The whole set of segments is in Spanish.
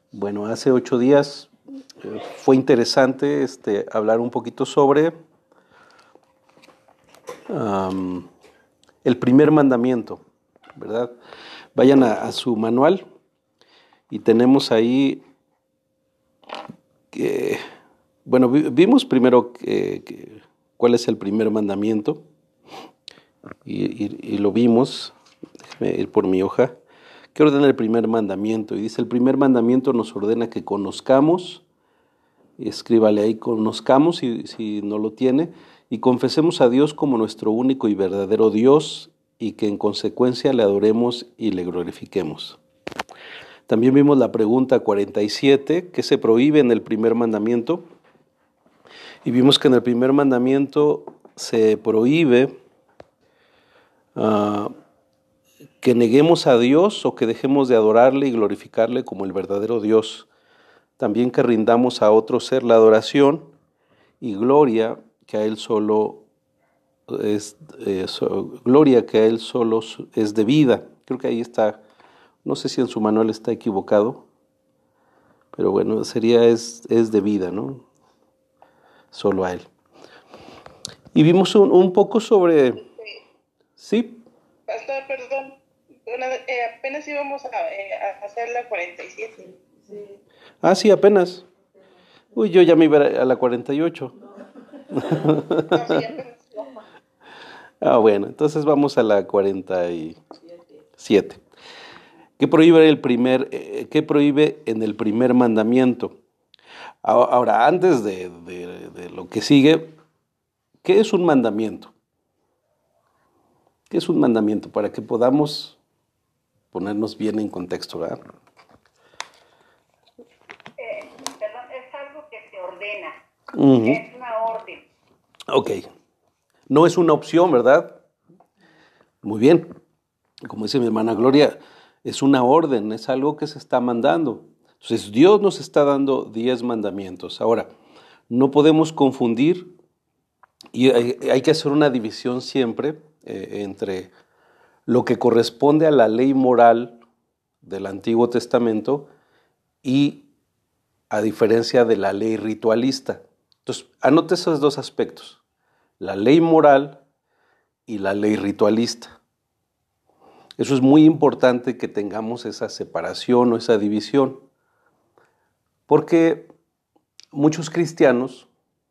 Bueno, hace 8 días fue interesante hablar un poquito sobre el primer mandamiento, ¿verdad? Vayan a su manual y tenemos ahí, vimos primero cuál es el primer mandamiento y lo vimos. Déjame ir por mi hoja. ¿Qué ordena el primer mandamiento? Y dice, el primer mandamiento nos ordena que conozcamos, y escríbale ahí, conozcamos si no lo tiene, y confesemos a Dios como nuestro único y verdadero Dios, y que en consecuencia le adoremos y le glorifiquemos. También vimos la pregunta 47, ¿qué se prohíbe en el primer mandamiento? Y vimos que en el primer mandamiento se prohíbe que neguemos a Dios o que dejemos de adorarle y glorificarle como el verdadero Dios. También que rindamos a otro ser la adoración y gloria que a Él solo es debida. Creo que ahí está, no sé si en su manual está equivocado, pero bueno, sería es debida, ¿no? Solo a Él. Y vimos un poco sobre... ¿Sí? Pastor, perdón. Apenas íbamos a hacer la 47. Sí. Ah, sí, apenas. Uy, yo ya me iba a la 48. No, sí, apenas. Bueno, entonces vamos a la 47. ¿Qué prohíbe en el primer mandamiento? Ahora, antes de lo que sigue, ¿qué es un mandamiento? ¿Qué es un mandamiento? Para que podamos ponernos bien en contexto, ¿verdad? Perdón, es algo que se ordena. Uh-huh. Es una orden. Ok. No es una opción, ¿verdad? Muy bien. Como dice mi hermana Gloria, es una orden, es algo que se está mandando. Entonces, Dios nos está dando 10 mandamientos. Ahora, no podemos confundir y hay que hacer una división siempre entre lo que corresponde a la ley moral del Antiguo Testamento y a diferencia de la ley ritualista. Entonces, anote esos dos aspectos, la ley moral y la ley ritualista. Eso es muy importante que tengamos esa separación o esa división, porque muchos cristianos,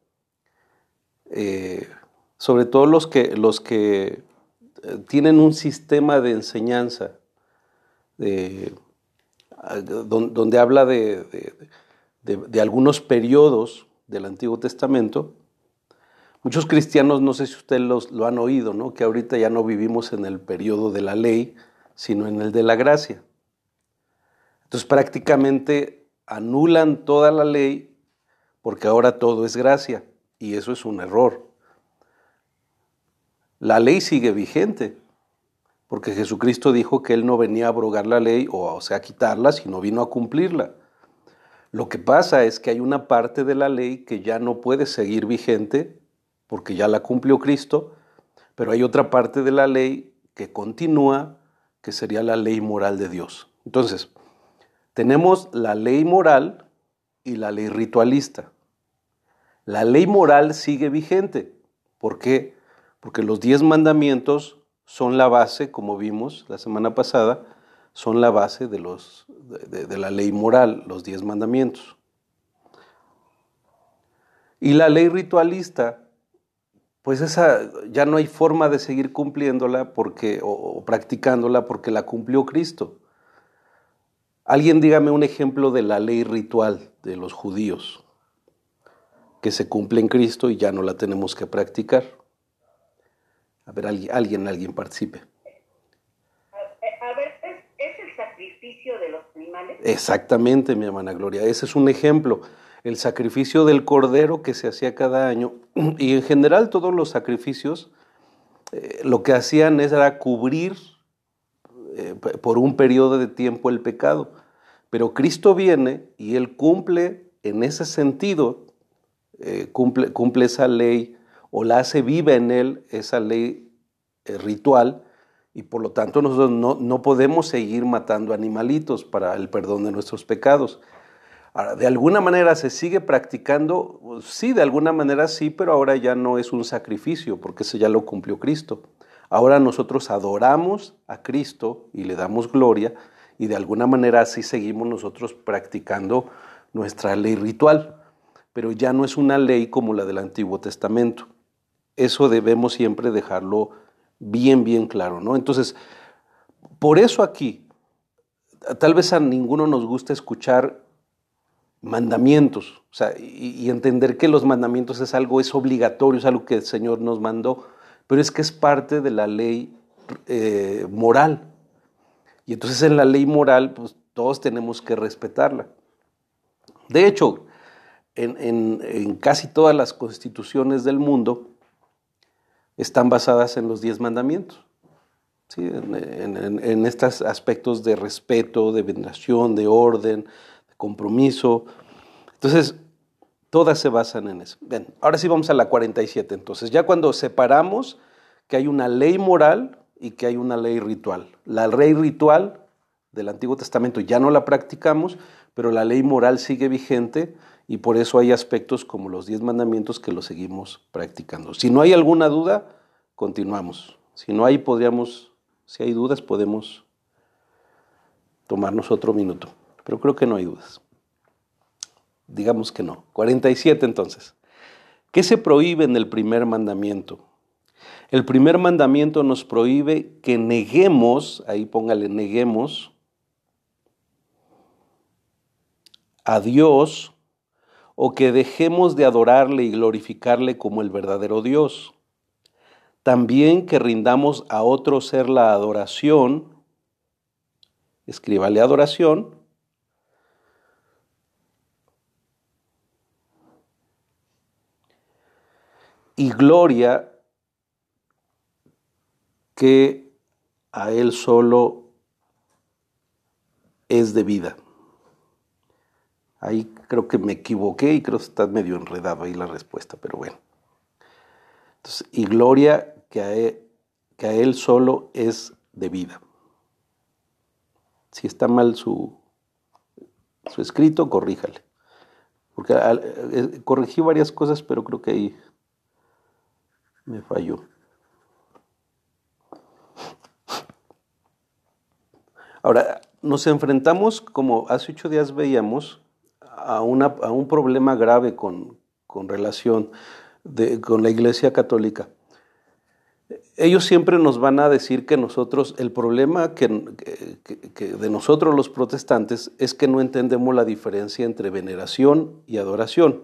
sobre todo los que tienen un sistema de enseñanza donde habla de algunos periodos del Antiguo Testamento. Muchos cristianos, no sé si ustedes lo han oído, ¿no? Que ahorita ya no vivimos en el periodo de la ley, sino en el de la gracia. Entonces prácticamente anulan toda la ley porque ahora todo es gracia, y eso es un error. La ley sigue vigente, porque Jesucristo dijo que Él no venía a abrogar la ley, o sea, a quitarla, sino vino a cumplirla. Lo que pasa es que hay una parte de la ley que ya no puede seguir vigente, porque ya la cumplió Cristo, pero hay otra parte de la ley que continúa, que sería la ley moral de Dios. Entonces, tenemos la ley moral y la ley ritualista. La ley moral sigue vigente. ¿Por qué? Porque los 10 mandamientos son la base, como vimos la semana pasada, son la base de la ley moral, los 10 mandamientos. Y la ley ritualista, pues esa ya no hay forma de seguir cumpliéndola o practicándola porque la cumplió Cristo. Alguien dígame un ejemplo de la ley ritual de los judíos que se cumple en Cristo y ya no la tenemos que practicar. A ver, alguien participe. A ver, ¿es el sacrificio de los animales? Exactamente, mi hermana Gloria. Ese es un ejemplo. El sacrificio del cordero que se hacía cada año, y en general todos los sacrificios, lo que hacían era cubrir por un periodo de tiempo el pecado. Pero Cristo viene y Él cumple en ese sentido, cumple esa ley o la hace viva en Él, esa ley ritual, y por lo tanto nosotros no podemos seguir matando animalitos para el perdón de nuestros pecados. Ahora, ¿de alguna manera se sigue practicando? Sí, de alguna manera sí, pero ahora ya no es un sacrificio, porque eso ya lo cumplió Cristo. Ahora nosotros adoramos a Cristo y le damos gloria, y de alguna manera así seguimos nosotros practicando nuestra ley ritual, pero ya no es una ley como la del Antiguo Testamento. Eso debemos siempre dejarlo bien, bien claro, ¿no? Entonces, por eso aquí, tal vez a ninguno nos gusta escuchar mandamientos, o sea, y entender que los mandamientos es obligatorio, es algo que el Señor nos mandó, pero es que es parte de la ley moral. Y entonces en la ley moral, pues todos tenemos que respetarla. De hecho, en casi todas las constituciones del mundo están basadas en los 10 mandamientos. ¿Sí? En estos aspectos de respeto, de veneración, de orden, de compromiso. Entonces, todas se basan en eso. Bien, ahora sí vamos a la 47. Entonces, ya cuando separamos que hay una ley moral y que hay una ley ritual. La ley ritual del Antiguo Testamento ya no la practicamos, pero la ley moral sigue vigente y por eso hay aspectos como los 10 mandamientos que los seguimos practicando. Si no hay alguna duda, continuamos. Si no hay, si hay dudas, podemos tomarnos otro minuto, pero creo que no hay dudas. Digamos que no. 47 entonces. ¿Qué se prohíbe en el primer mandamiento? El primer mandamiento nos prohíbe que neguemos, ahí póngale neguemos, a Dios o que dejemos de adorarle y glorificarle como el verdadero Dios. También que rindamos a otro ser la adoración, escríbale adoración, y gloria que a Él solo es debida. Ahí creo que me equivoqué y creo que está medio enredado ahí la respuesta, pero bueno. Entonces, y gloria que a Él solo es debida. Si está mal su escrito, corríjale. Porque corregí varias cosas, pero creo que ahí me falló. Ahora, nos enfrentamos, como hace 8 días veíamos, a un problema grave con relación con la Iglesia Católica. Ellos siempre nos van a decir que nosotros, el problema que de nosotros los protestantes es que no entendemos la diferencia entre veneración y adoración.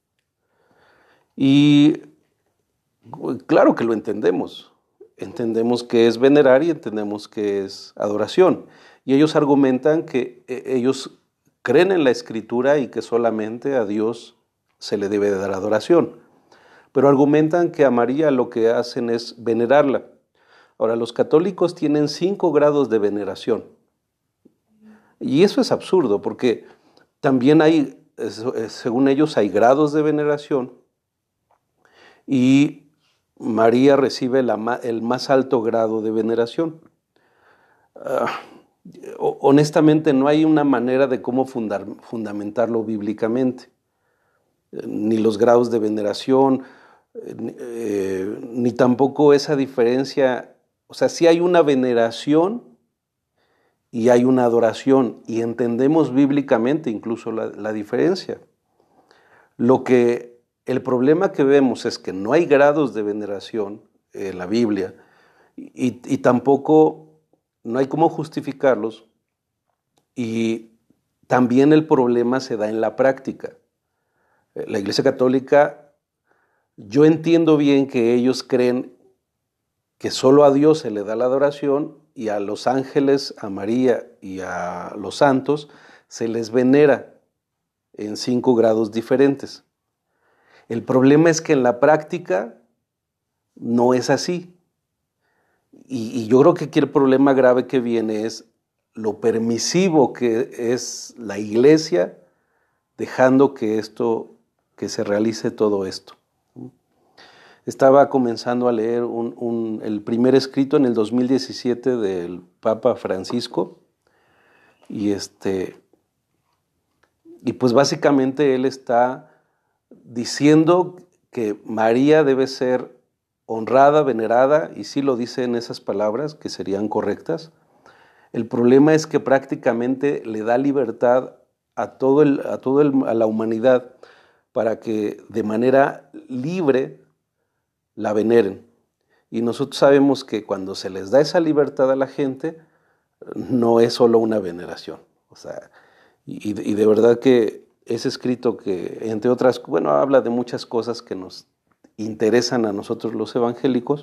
Y claro que lo entendemos. Entendemos que es venerar y entendemos que es adoración. Y ellos argumentan que ellos creen en la Escritura y que solamente a Dios se le debe de dar adoración. Pero argumentan que a María lo que hacen es venerarla. Ahora, los católicos tienen 5 grados de veneración. Y eso es absurdo, porque también hay, según ellos, hay grados de veneración y María recibe el más alto grado de veneración. Honestamente, no hay una manera de cómo fundamentarlo bíblicamente. Ni los grados de veneración, ni tampoco esa diferencia. O sea, sí hay una veneración y hay una adoración, y entendemos bíblicamente incluso la diferencia. El problema que vemos es que no hay grados de veneración en la Biblia y tampoco no hay cómo justificarlos, y también el problema se da en la práctica. La Iglesia Católica, yo entiendo bien que ellos creen que solo a Dios se le da la adoración y a los ángeles, a María y a los santos se les venera en 5 grados diferentes. El problema es que en la práctica no es así. Y yo creo que aquí el problema grave que viene es lo permisivo que es la Iglesia dejando que se realice todo esto. Estaba comenzando a leer el primer escrito en el 2017 del Papa Francisco y Y pues básicamente él está diciendo que María debe ser honrada, venerada, y sí lo dice en esas palabras que serían correctas. El problema es que prácticamente le da libertad a la humanidad para que de manera libre la veneren. Y nosotros sabemos que cuando se les da esa libertad a la gente, no es solo una veneración. O sea, y de verdad que ese escrito que, entre otras, bueno, habla de muchas cosas que nos interesan a nosotros los evangélicos.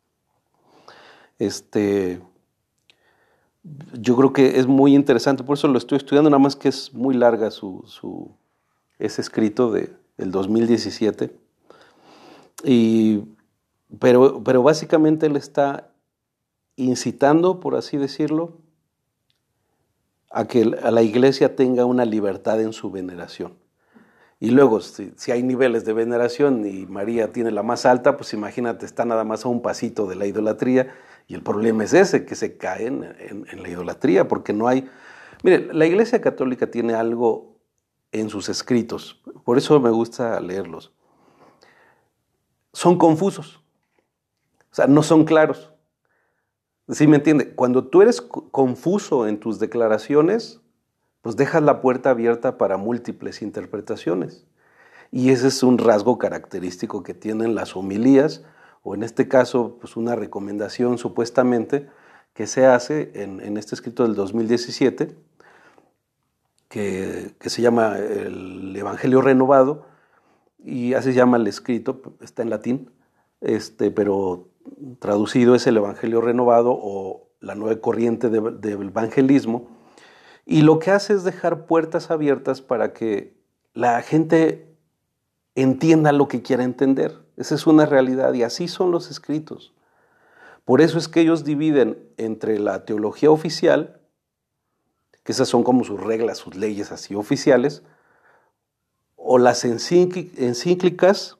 Yo creo que es muy interesante, por eso lo estoy estudiando, nada más que es muy larga ese escrito del 2017. Pero básicamente él está incitando, por así decirlo, a que a la iglesia tenga una libertad en su veneración. Y luego, si hay niveles de veneración y María tiene la más alta, pues imagínate, está nada más a un pasito de la idolatría, y el problema es ese, que se caen en la idolatría, porque no hay... Mire, la Iglesia Católica tiene algo en sus escritos, por eso me gusta leerlos. Son confusos, o sea, no son claros. ¿Sí me entiende? Cuando tú eres confuso en tus declaraciones, pues dejas la puerta abierta para múltiples interpretaciones. Y ese es un rasgo característico que tienen las homilías, o en este caso, pues una recomendación supuestamente que se hace en este escrito del 2017, que se llama el Evangelio Renovado, y así se llama el escrito, está en latín, pero traducido es el Evangelio Renovado o la nueva corriente del evangelismo, y lo que hace es dejar puertas abiertas para que la gente entienda lo que quiera entender. Esa es una realidad y así son los escritos. Por eso es que ellos dividen entre la teología oficial, que esas son como sus reglas, sus leyes así oficiales, o las encíclicas,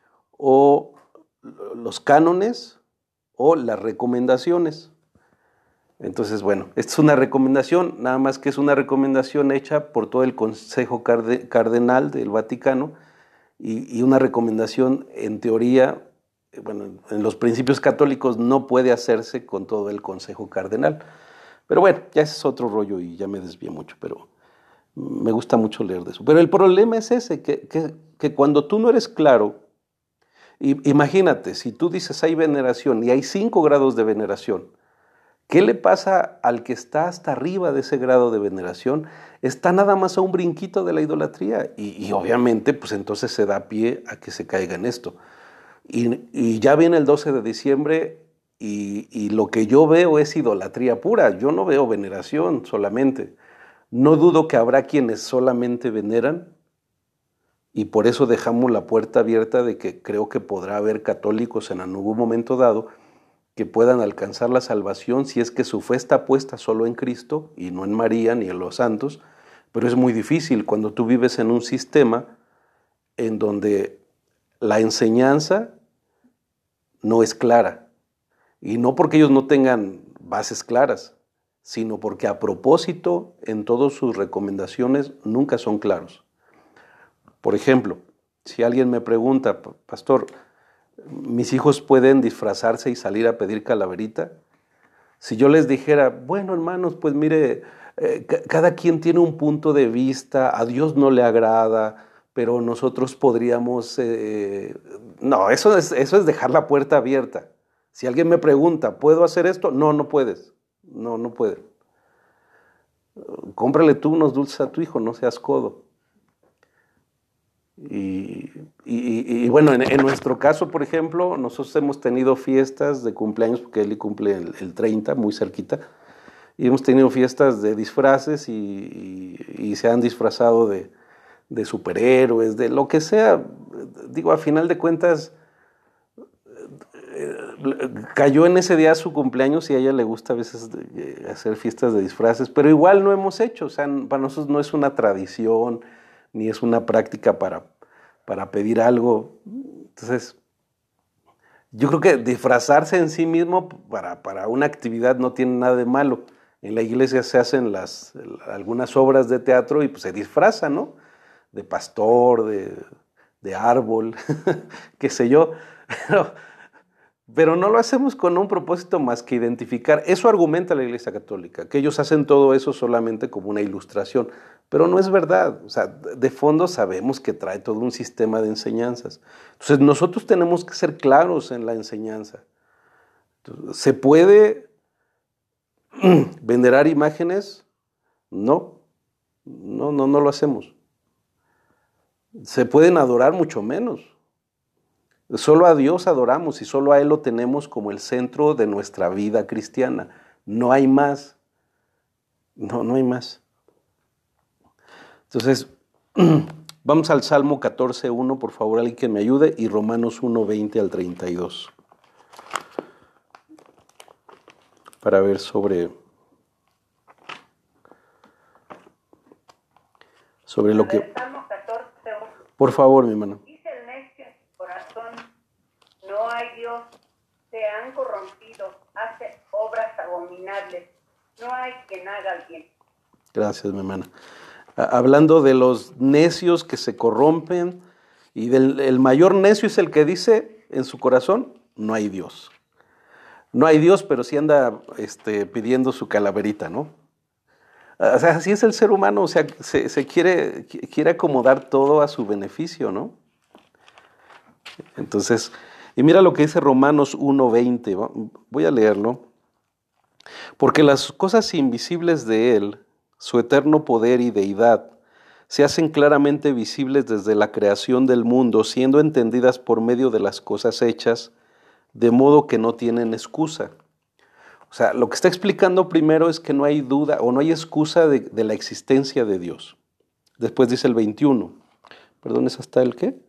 o los cánones, o las recomendaciones. Entonces, bueno, esta es una recomendación, nada más que es una recomendación hecha por todo el Consejo Cardenal del Vaticano, y una recomendación en teoría, bueno, en los principios católicos no puede hacerse con todo el Consejo Cardenal. Pero bueno, ya ese es otro rollo y ya me desvié mucho, pero me gusta mucho leer de eso. Pero el problema es ese, que cuando tú no eres claro, imagínate, si tú dices hay veneración y hay 5 grados de veneración, ¿qué le pasa al que está hasta arriba de ese grado de veneración? Está nada más a un brinquito de la idolatría y obviamente pues entonces se da pie a que se caiga en esto. Y ya viene el 12 de diciembre y lo que yo veo es idolatría pura, yo no veo veneración solamente. No dudo que habrá quienes solamente veneran y por eso dejamos la puerta abierta de que creo que podrá haber católicos en algún momento dado que puedan alcanzar la salvación si es que su fe está puesta solo en Cristo y no en María ni en los santos, pero es muy difícil cuando tú vives en un sistema en donde la enseñanza no es clara, y no porque ellos no tengan bases claras, sino porque a propósito en todas sus recomendaciones nunca son claros. Por ejemplo, si alguien me pregunta, pastor, ¿mis hijos pueden disfrazarse y salir a pedir calaverita? Si yo les dijera, bueno, hermanos, pues mire, cada quien tiene un punto de vista, a Dios no le agrada, pero nosotros podríamos... no, eso es dejar la puerta abierta. Si alguien me pregunta, ¿puedo hacer esto? No, no puedes. No puedes. Cómprale tú unos dulces a tu hijo, no seas codo. Y bueno, en nuestro caso, por ejemplo, nosotros hemos tenido fiestas de cumpleaños, porque él cumple el 30, muy cerquita, y hemos tenido fiestas de disfraces y se han disfrazado de superhéroes, de lo que sea. Digo, a final de cuentas, cayó en ese día su cumpleaños y a ella le gusta a veces hacer fiestas de disfraces, pero igual no hemos hecho, o sea, para nosotros no es una tradición, ni es una práctica para pedir algo. Entonces, yo creo que disfrazarse en sí mismo para una actividad no tiene nada de malo. En la iglesia se hacen algunas obras de teatro y pues se disfrazan, ¿no? De pastor, de árbol, qué sé yo. Pero no lo hacemos con un propósito más que identificar. Eso argumenta la Iglesia Católica, que ellos hacen todo eso solamente como una ilustración. Pero no es verdad. O sea, de fondo sabemos que trae todo un sistema de enseñanzas. Entonces nosotros tenemos que ser claros en la enseñanza. Entonces, ¿se puede venerar imágenes? No. No lo hacemos. ¿Se pueden adorar? Mucho menos. Solo a Dios adoramos y solo a Él lo tenemos como el centro de nuestra vida cristiana. No hay más. No hay más. Entonces, vamos al Salmo 14:1, por favor, alguien que me ayude, y Romanos 1:20 al 32. Para ver sobre lo que... Salmo 14:1. Por favor, mi hermano. Dice el necio en su corazón, no hay Dios, se han corrompido, hace obras abominables, no hay quien haga el bien. Gracias, mi hermana. Hablando de los necios que se corrompen, y el mayor necio es el que dice en su corazón, no hay Dios. No hay Dios, pero sí anda pidiendo su calaverita, ¿no? O sea, así es el ser humano, o sea, se quiere acomodar todo a su beneficio, ¿no? Entonces, y mira lo que dice Romanos 1:20, voy a leerlo. Porque las cosas invisibles de Él, su eterno poder y deidad, se hacen claramente visibles desde la creación del mundo, siendo entendidas por medio de las cosas hechas, de modo que no tienen excusa. O sea, lo que está explicando primero es que no hay duda o no hay excusa de la existencia de Dios. Después dice el 21. Perdón, ¿es hasta el qué?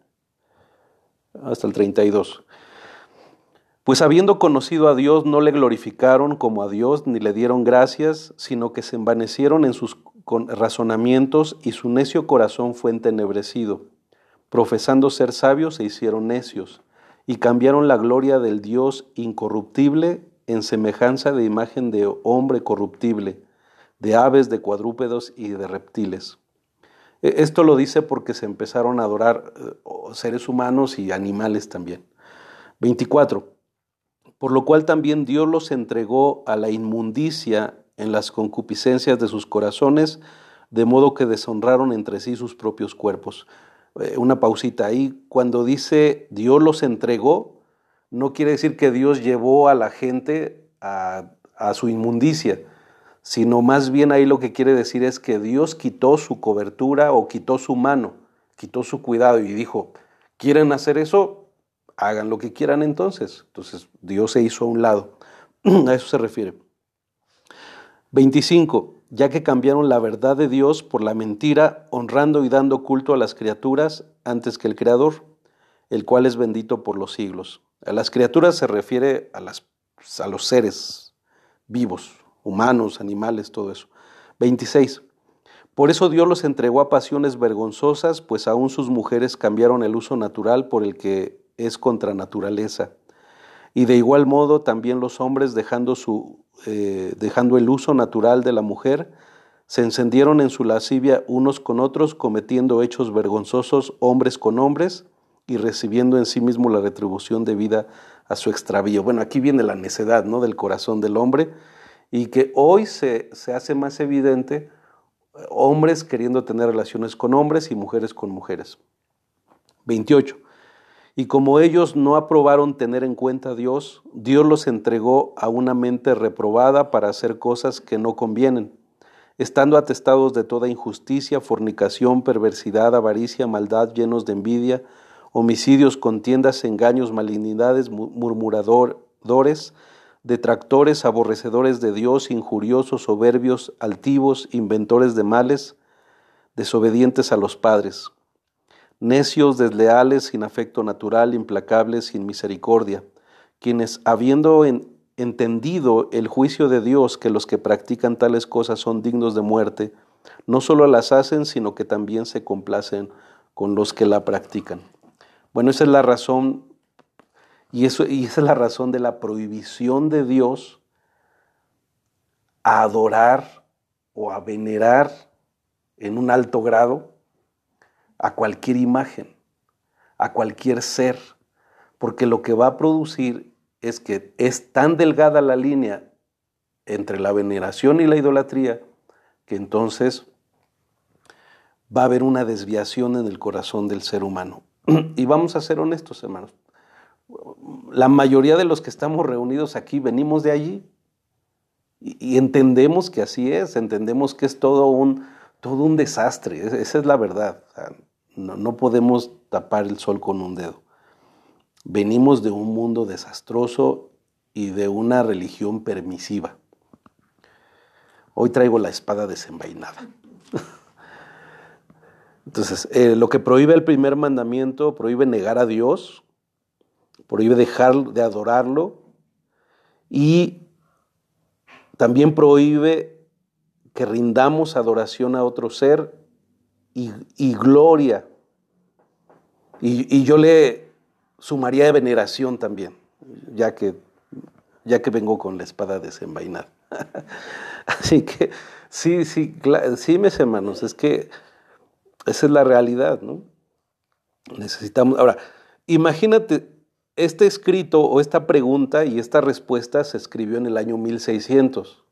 Hasta el 32. Pues habiendo conocido a Dios, no le glorificaron como a Dios, ni le dieron gracias, sino que se envanecieron en sus razonamientos y su necio corazón fue entenebrecido. Profesando ser sabios, se hicieron necios y cambiaron la gloria del Dios incorruptible en semejanza de imagen de hombre corruptible, de aves, de cuadrúpedos y de reptiles. Esto lo dice porque se empezaron a adorar seres humanos y animales también. 24. Por lo cual también Dios los entregó a la inmundicia en las concupiscencias de sus corazones, de modo que deshonraron entre sí sus propios cuerpos. Una pausita ahí. Cuando dice Dios los entregó, no quiere decir que Dios llevó a la gente a su inmundicia, sino más bien ahí lo que quiere decir es que Dios quitó su cobertura o quitó su mano, quitó su cuidado y dijo, ¿quieren hacer eso? Hagan lo que quieran entonces. Entonces Dios se hizo a un lado. A eso se refiere. 25. Ya que cambiaron la verdad de Dios por la mentira, honrando y dando culto a las criaturas antes que el Creador, el cual es bendito por los siglos. A las criaturas se refiere a los seres vivos, humanos, animales, todo eso. 26. Por eso Dios los entregó a pasiones vergonzosas, pues aún sus mujeres cambiaron el uso natural por el que es contra naturaleza. Y de igual modo también los hombres, dejando el uso natural de la mujer, se encendieron en su lascivia unos con otros, cometiendo hechos vergonzosos hombres con hombres y recibiendo en sí mismo la retribución debida a su extravío. Bueno, aquí viene la necedad, ¿no?, del corazón del hombre, y que hoy se hace más evidente, hombres queriendo tener relaciones con hombres y mujeres con mujeres. 28. Y como ellos no aprobaron tener en cuenta a Dios, Dios los entregó a una mente reprobada para hacer cosas que no convienen, estando atestados de toda injusticia, fornicación, perversidad, avaricia, maldad, llenos de envidia, homicidios, contiendas, engaños, malignidades, murmuradores, detractores, aborrecedores de Dios, injuriosos, soberbios, altivos, inventores de males, desobedientes a los padres, necios, desleales, sin afecto natural, implacables, sin misericordia, quienes, habiendo entendido el juicio de Dios, que los que practican tales cosas son dignos de muerte, no solo las hacen, sino que también se complacen con los que la practican. Bueno, esa es la razón, y esa es la razón de la prohibición de Dios a adorar o a venerar en un alto grado a cualquier imagen, a cualquier ser, porque lo que va a producir es que es tan delgada la línea entre la veneración y la idolatría que entonces va a haber una desviación en el corazón del ser humano. Y vamos a ser honestos, hermanos. La mayoría de los que estamos reunidos aquí venimos de allí y entendemos que así es, entendemos que es todo un desastre, esa es la verdad. O sea, no podemos tapar el sol con un dedo. Venimos de un mundo desastroso y de una religión permisiva. Hoy traigo la espada desenvainada. Entonces, lo que prohíbe el primer mandamiento, prohíbe negar a Dios, prohíbe dejar de adorarlo y también prohíbe que rindamos adoración a otro ser y gloria. Y yo le sumaría de veneración también, ya que vengo con la espada desenvainada. Así que sí, mis hermanos, es que esa es la realidad, ¿no? Necesitamos. Ahora, imagínate, este escrito o esta pregunta y esta respuesta se escribió en el año 1600.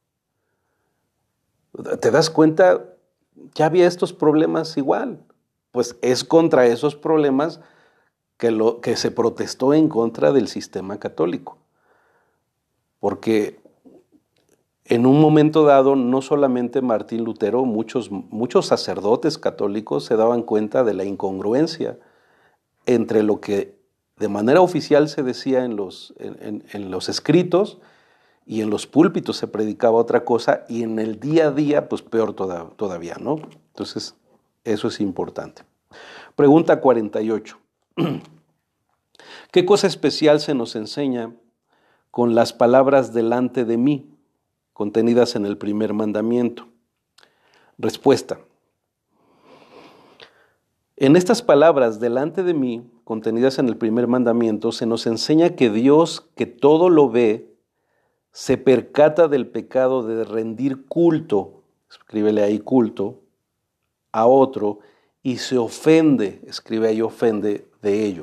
¿Te das cuenta? Ya había estos problemas igual. Pues es contra esos problemas que se protestó en contra del sistema católico. Porque en un momento dado, no solamente Martín Lutero, muchos sacerdotes católicos se daban cuenta de la incongruencia entre lo que de manera oficial se decía en los escritos y en los púlpitos se predicaba otra cosa y en el día a día, pues peor todavía, ¿no? Entonces, eso es importante. Pregunta 48. ¿Qué cosa especial se nos enseña con las palabras delante de mí, contenidas en el primer mandamiento? Respuesta. En estas palabras delante de mí, contenidas en el primer mandamiento, se nos enseña que Dios, que todo lo ve, se percata del pecado de rendir culto, escríbele ahí culto, a otro, y se ofende, escribe ahí ofende, de ello.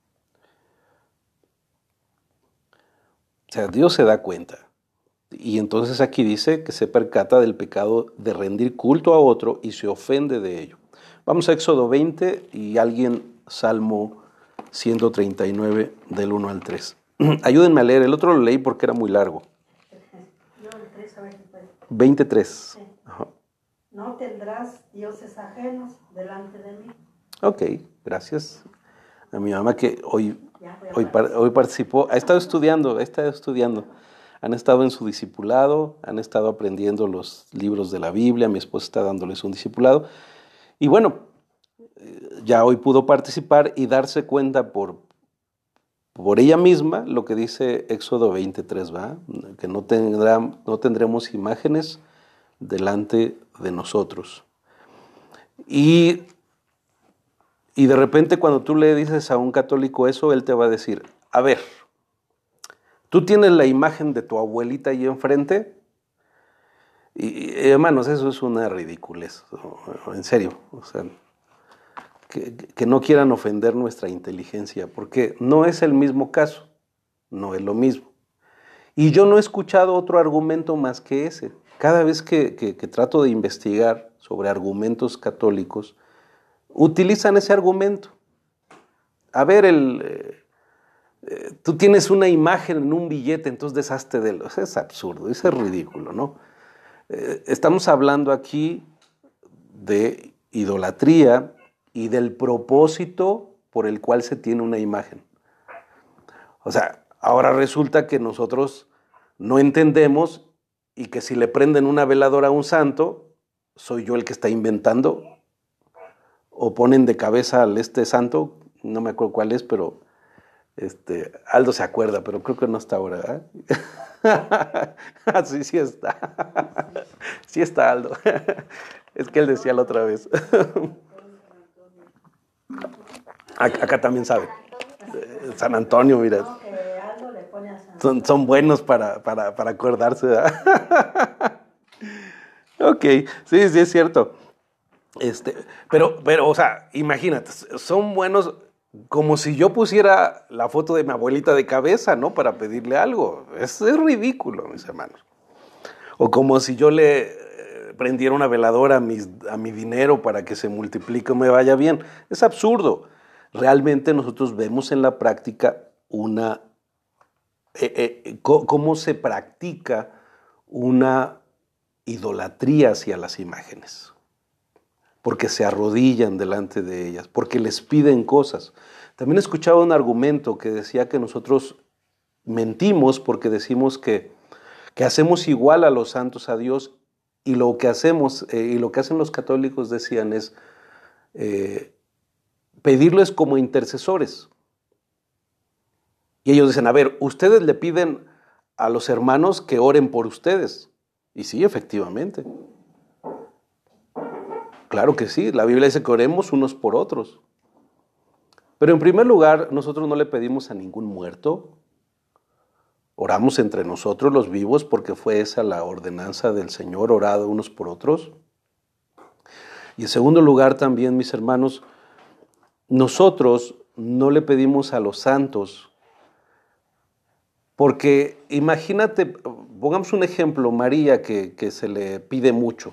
O sea, Dios se da cuenta. Y entonces aquí dice que se percata del pecado de rendir culto a otro y se ofende de ello. Vamos a Éxodo 20 y alguien Salmo 139 del 1 al 3. Ayúdenme a leer, el otro lo leí porque era muy largo. No, el 3, a ver si puede. 23. Sí. Ajá. No tendrás dioses ajenos delante de mí. Ok, gracias. A mi mamá que hoy participó, ha estado estudiando. Han estado en su discipulado, han estado aprendiendo los libros de la Biblia, mi esposa está dándoles un discipulado. Y bueno, ya hoy pudo participar y darse cuenta por ella misma lo que dice Éxodo 23, ¿va? Que no tendremos imágenes delante de nosotros. Y de repente cuando tú le dices a un católico eso, él te va a decir, a ver, ¿tú tienes la imagen de tu abuelita ahí enfrente? Y hermanos, eso es una ridiculez, en serio. O sea, que no quieran ofender nuestra inteligencia, porque no es el mismo caso, no es lo mismo. Y yo no he escuchado otro argumento más que ese. Cada vez que trato de investigar sobre argumentos católicos, utilizan ese argumento. A ver, tú tienes una imagen en un billete, entonces deshazte de él. Eso es absurdo, eso es ridículo, ¿no? Estamos hablando aquí de idolatría y del propósito por el cual se tiene una imagen. O sea, ahora resulta que nosotros no entendemos y que si le prenden una veladora a un santo, soy yo el que está inventando. O ponen de cabeza al santo, no me acuerdo cuál es, pero Aldo se acuerda, pero creo que no está ahora, ¿eh? Sí está. Sí está Aldo. Es que él decía la otra vez. Acá también sabe. San Antonio, mira. Son buenos para acordarse, ¿verdad? Ok, sí, sí es cierto. Pero, o sea, imagínate, son buenos como si yo pusiera la foto de mi abuelita de cabeza, ¿no? Para pedirle algo. Es ridículo, mis hermanos. O como si yo le prendiera una veladora a mi dinero para que se multiplique o me vaya bien. Es absurdo. Realmente nosotros vemos en la práctica cómo se practica una idolatría hacia las imágenes. Porque se arrodillan delante de ellas, porque les piden cosas. También escuchaba un argumento que decía que nosotros mentimos porque decimos que hacemos igual a los santos a Dios, y lo que hacemos, y lo que hacen los católicos, decían, es pedirles como intercesores. Y ellos dicen, a ver, ustedes le piden a los hermanos que oren por ustedes. Y sí, efectivamente. Claro que sí, la Biblia dice que oremos unos por otros. Pero en primer lugar, nosotros no le pedimos a ningún muerto. Oramos entre nosotros los vivos porque fue esa la ordenanza del Señor, orado unos por otros. Y en segundo lugar también, mis hermanos, nosotros no le pedimos a los santos porque imagínate, pongamos un ejemplo, María que se le pide mucho.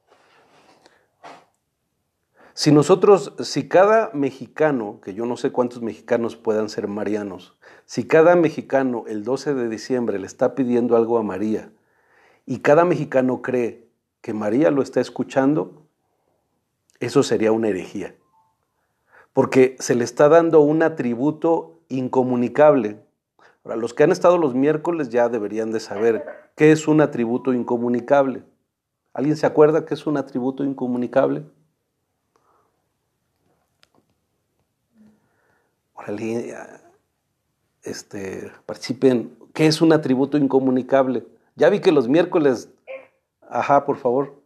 Si cada mexicano, que yo no sé cuántos mexicanos puedan ser marianos, si cada mexicano el 12 de diciembre le está pidiendo algo a María y cada mexicano cree que María lo está escuchando, eso sería una herejía. Porque se le está dando un atributo incomunicable. Ahora, los que han estado los miércoles ya deberían de saber qué es un atributo incomunicable. ¿Alguien se acuerda qué es un atributo incomunicable? Órale, participen. ¿Qué es un atributo incomunicable? Ya vi que los miércoles... Ajá, por favor.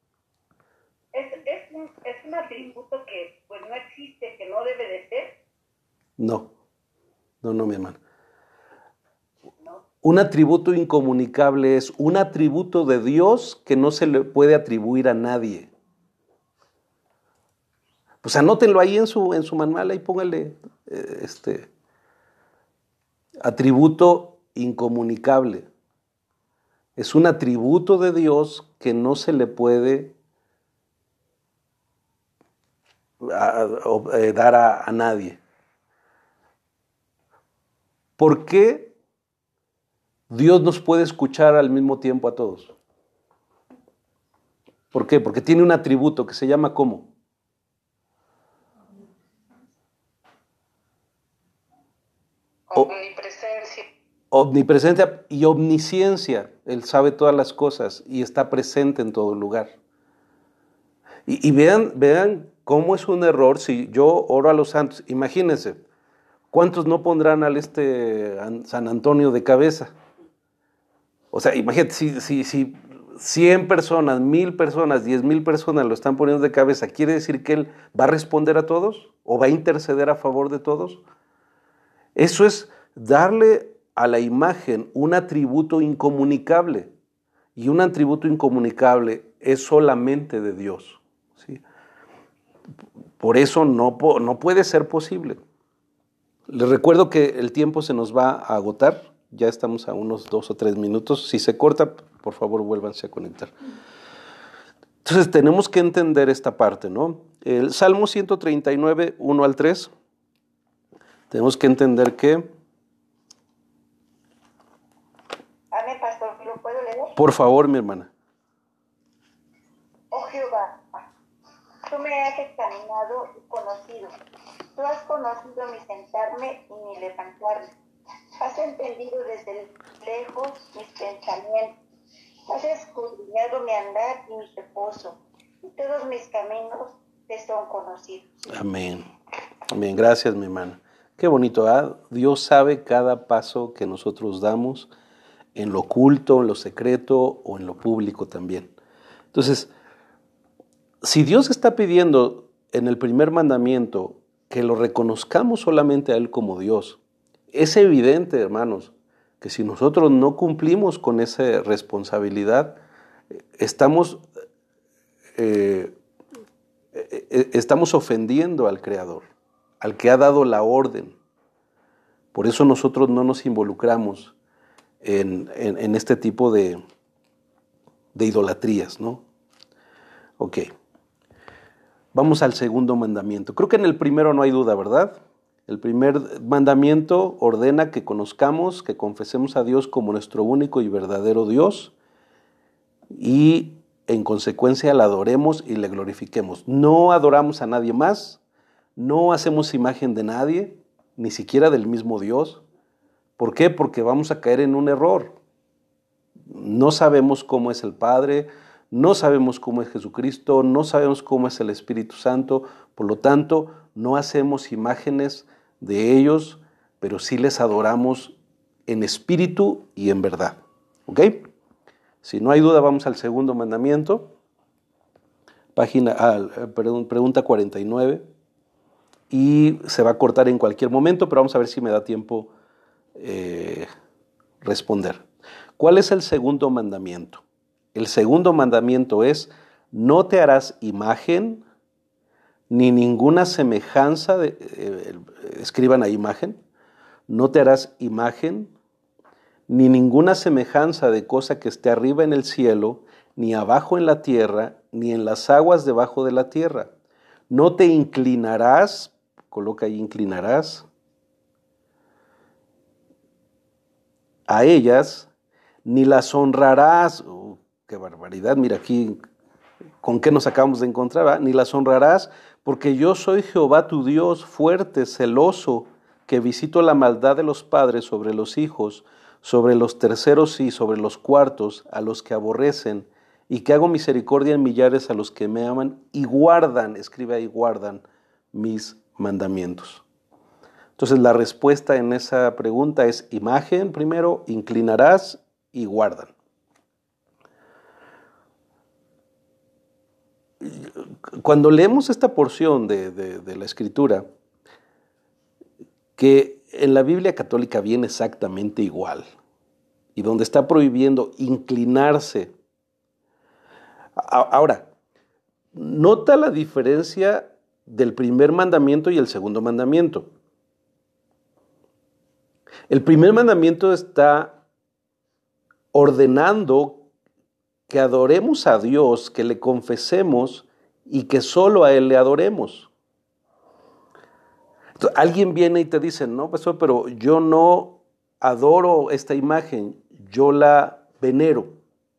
Es un atributo que pues no existe, que no debe de ser. No, mi hermano. No. Un atributo incomunicable es un atributo de Dios que no se le puede atribuir a nadie. Pues anótenlo ahí en su manual, ahí póngale atributo incomunicable. Es un atributo de Dios que no se le puede dar a nadie. ¿Por qué Dios nos puede escuchar al mismo tiempo a todos? ¿Por qué? Porque tiene un atributo que se llama ¿cómo? Omnipresencia. Omnipresencia y omnisciencia. Él sabe todas las cosas y está presente en todo lugar. Y vean cómo es un error si yo oro a los santos. Imagínense, ¿cuántos no pondrán al San Antonio de cabeza? O sea, imagínate, si 100 personas, 1000 personas, 10,000 personas lo están poniendo de cabeza, ¿quiere decir que él va a responder a todos? ¿O va a interceder a favor de todos? Eso es darle a la imagen un atributo incomunicable. Y un atributo incomunicable es solamente de Dios, ¿sí? Por eso no puede ser posible. Les recuerdo que el tiempo se nos va a agotar. Ya estamos a unos 2 o 3 minutos. Si se corta, por favor, vuélvanse a conectar. Entonces, tenemos que entender esta parte, ¿no? El Salmo 139, 1 al 3. Tenemos que entender que... Amén, pastor, ¿lo puedo leer? Por favor, mi hermana. Oh Jehová, tú me has examinado y conocido. Tú has conocido mi sentarme y mi levantarme. Has entendido desde lejos mis pensamientos. Has escudriñado mi andar y mi reposo. Y todos mis caminos te son conocidos. Amén. Amén. Gracias, mi hermana. Qué bonito, ¿eh? Dios sabe cada paso que nosotros damos, en lo oculto, en lo secreto o en lo público también. Entonces, si Dios está pidiendo en el primer mandamiento que lo reconozcamos solamente a Él como Dios, es evidente, hermanos, que si nosotros no cumplimos con esa responsabilidad, estamos estamos ofendiendo al Creador, al que ha dado la orden. Por eso nosotros no nos involucramos en este tipo de idolatrías, ¿no? Ok. Vamos al segundo mandamiento. Creo que en el primero no hay duda, ¿verdad? El primer mandamiento ordena que conozcamos, que confesemos a Dios como nuestro único y verdadero Dios y en consecuencia la adoremos y le glorifiquemos. No adoramos a nadie más, no hacemos imagen de nadie, ni siquiera del mismo Dios. ¿Por qué? Porque vamos a caer en un error. No sabemos cómo es el Padre, no sabemos cómo es Jesucristo, no sabemos cómo es el Espíritu Santo, por lo tanto, no hacemos imágenes de ellos, pero sí les adoramos en espíritu y en verdad. ¿Ok? Si no hay duda, vamos al segundo mandamiento, pregunta 49, y se va a cortar en cualquier momento, pero vamos a ver si me da tiempo responder. ¿Cuál es el segundo mandamiento? El segundo mandamiento es: no te harás imagen ni ninguna semejanza escriban ahí imagen, no te harás imagen ni ninguna semejanza de cosa que esté arriba en el cielo, ni abajo en la tierra, ni en las aguas debajo de la tierra. No te inclinarás, coloca ahí inclinarás, a ellas, ni las honrarás. ¡Qué barbaridad! Mira aquí, ¿con qué nos acabamos de encontrar? ¿verdad? Ni las honrarás, porque yo soy Jehová tu Dios, fuerte, celoso, que visito la maldad de los padres sobre los hijos, sobre los terceros y sobre los cuartos, a los que aborrecen, y que hago misericordia en millares a los que me aman y guardan, escribe ahí, guardan mis mandamientos. Entonces la respuesta en esa pregunta es imagen primero, inclinarás y guardan. Cuando leemos esta porción de la Escritura, que en la Biblia católica viene exactamente igual, y donde está prohibiendo inclinarse. Ahora, nota la diferencia del primer mandamiento y el segundo mandamiento. El primer mandamiento está ordenando que adoremos a Dios, que le confesemos y que solo a Él le adoremos. Entonces, alguien viene y te dice, no, pastor, pero yo no adoro esta imagen, yo la venero.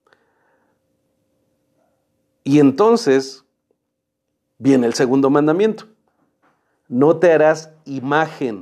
Y entonces viene el segundo mandamiento. No te harás imagen,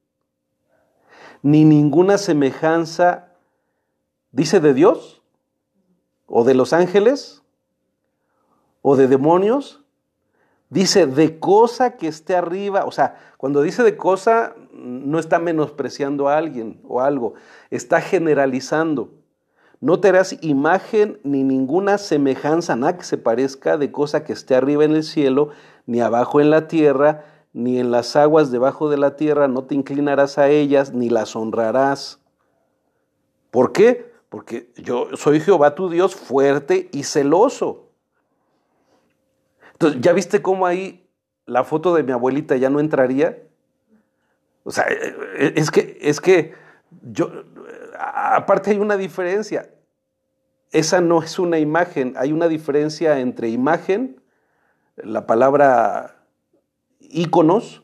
ni ninguna semejanza, dice, de Dios, o de los ángeles, o de demonios. Dice de cosa que esté arriba. O sea, cuando dice de cosa, no está menospreciando a alguien o algo, está generalizando. No te harás imagen ni ninguna semejanza, nada que se parezca de cosa que esté arriba en el cielo, ni abajo en la tierra, ni en las aguas debajo de la tierra. No te inclinarás a ellas, ni las honrarás. ¿Por qué? Porque yo soy Jehová tu Dios, fuerte y celoso. Entonces, ¿ya viste cómo ahí la foto de mi abuelita ya no entraría? O sea, es que yo, aparte hay una diferencia. Esa no es una imagen, hay una diferencia entre imagen, la palabra íconos,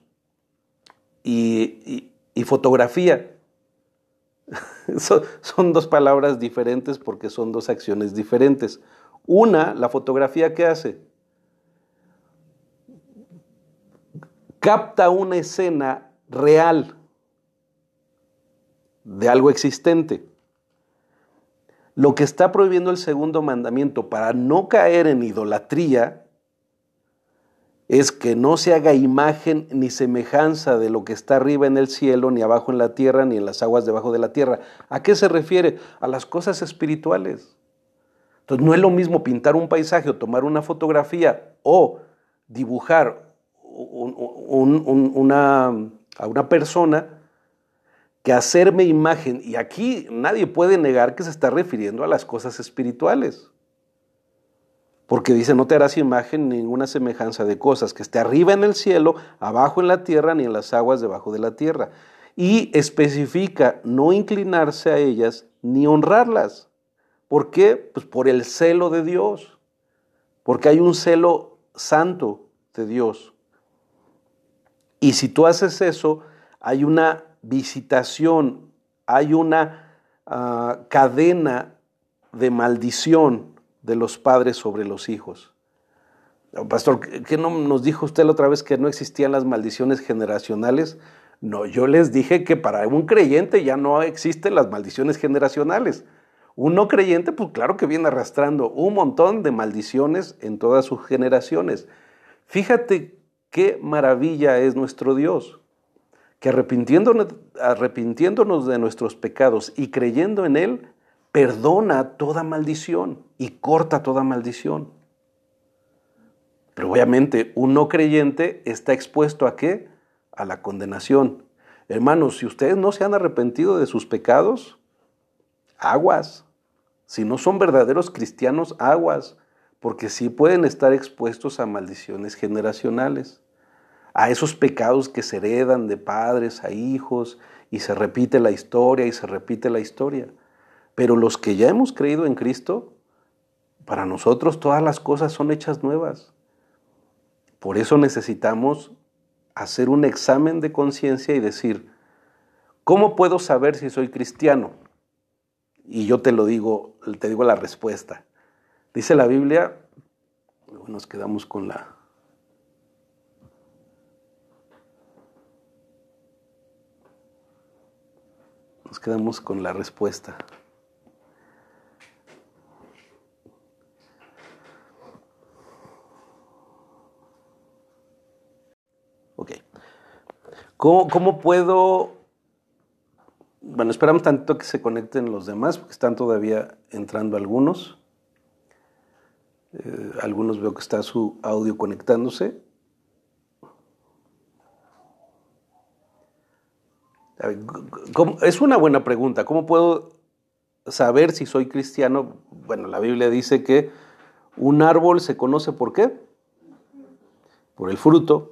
y fotografía. Son dos palabras diferentes porque son dos acciones diferentes. Una, la fotografía, ¿qué hace? Capta una escena real de algo existente. Lo que está prohibiendo el segundo mandamiento para no caer en idolatría es que no se haga imagen ni semejanza de lo que está arriba en el cielo, ni abajo en la tierra, ni en las aguas debajo de la tierra. ¿A qué se refiere? A las cosas espirituales. Entonces no es lo mismo pintar un paisaje o tomar una fotografía o dibujar a una persona que hacerme imagen. Y aquí nadie puede negar que se está refiriendo a las cosas espirituales. Porque dice, no te harás imagen ni ninguna semejanza de cosas que esté arriba en el cielo, abajo en la tierra, ni en las aguas debajo de la tierra. Y especifica no inclinarse a ellas ni honrarlas. ¿Por qué? Pues por el celo de Dios. Porque hay un celo santo de Dios. Y si tú haces eso, hay una visitación, hay una cadena de maldición de los padres sobre los hijos. Pastor, ¿qué no nos dijo usted la otra vez que no existían las maldiciones generacionales? No, yo les dije que para un creyente ya no existen las maldiciones generacionales. Un no creyente, pues claro que viene arrastrando un montón de maldiciones en todas sus generaciones. Fíjate qué maravilla es nuestro Dios, que arrepintiéndonos de nuestros pecados y creyendo en Él, perdona toda maldición y corta toda maldición. Pero obviamente un no creyente está expuesto ¿a qué? A la condenación. Hermanos, si ustedes no se han arrepentido de sus pecados, aguas. Si no son verdaderos cristianos, aguas. Porque sí pueden estar expuestos a maldiciones generacionales, a esos pecados que se heredan de padres a hijos y se repite la historia y se repite la historia. Pero los que ya hemos creído en Cristo, para nosotros todas las cosas son hechas nuevas. Por eso necesitamos hacer un examen de conciencia y decir, ¿cómo puedo saber si soy cristiano? Y yo te digo la respuesta. Dice la Biblia, nos quedamos con la... Nos quedamos con la respuesta. Ok. ¿Cómo puedo? Bueno, esperamos tanto que se conecten los demás, porque están todavía entrando algunos. Algunos veo que está su audio conectándose. A ver, es una buena pregunta. ¿Cómo puedo saber si soy cristiano? Bueno, la Biblia dice que un árbol se conoce ¿por qué? Por el fruto.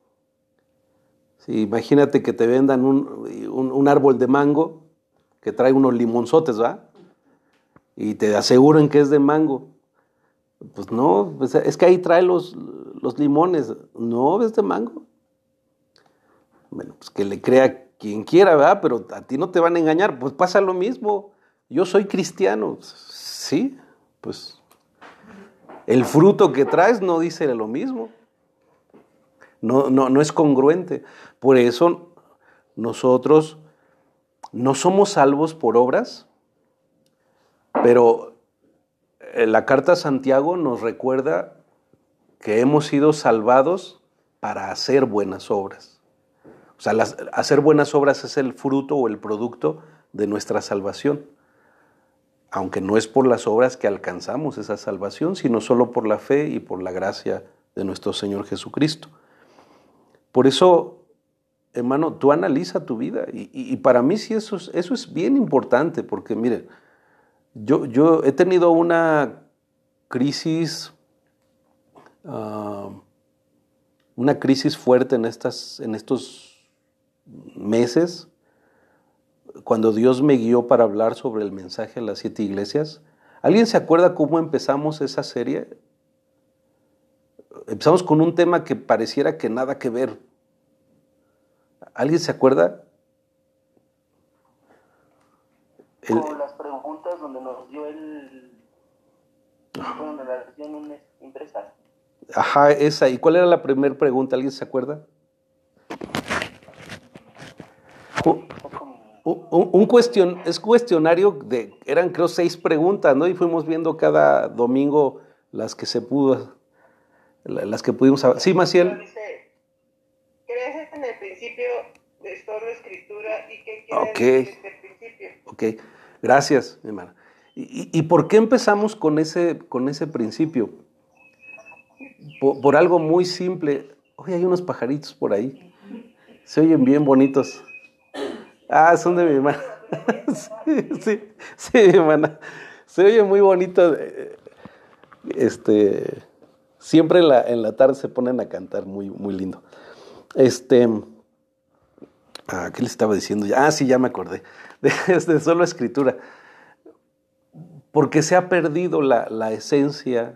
Sí, imagínate que te vendan un árbol de mango que trae unos limonzotes, ¿va? Y te aseguran que es de mango. Pues no, es que ahí trae los limones. No, es de mango. Bueno, pues que le crea quien quiera, ¿verdad? Pero a ti no te van a engañar. Pues pasa lo mismo. Yo soy cristiano. Sí, pues el fruto que traes no dice lo mismo. No es congruente. Por eso nosotros no somos salvos por obras, pero la carta a Santiago nos recuerda que hemos sido salvados para hacer buenas obras. O sea, hacer buenas obras es el fruto o el producto de nuestra salvación. Aunque no es por las obras que alcanzamos esa salvación, sino solo por la fe y por la gracia de nuestro Señor Jesucristo. Por eso, hermano, tú analiza tu vida. Y para mí sí eso es bien importante, porque mire, yo he tenido una crisis fuerte en estos meses, cuando Dios me guió para hablar sobre el mensaje a las 7 iglesias. ¿Alguien se acuerda cómo empezamos esa serie? Empezamos con un tema que pareciera que nada que ver. ¿Alguien se acuerda? Con las preguntas donde nos dio donde las dio impresas. Ajá, esa. ¿Y cuál era la primera pregunta? ¿Alguien se acuerda? Es cuestionario eran creo 6 preguntas, ¿no? Y fuimos viendo cada domingo las que se pudo, las que pudimos. Sí, Maciel. Dice, ¿crees en el principio de toda la escritura y qué quiere decir este principio? Ok, gracias, mi hermana. ¿Y por qué empezamos con ese principio? Por algo muy simple. Oye, hay unos pajaritos por ahí. Se oyen bien bonitos. Ah, son de mi hermana. Sí, mi hermana. Se oye muy bonito. Siempre en la tarde se ponen a cantar, muy, muy lindo. ¿Qué les estaba diciendo? Sí, ya me acordé. De solo escritura. Porque se ha perdido la esencia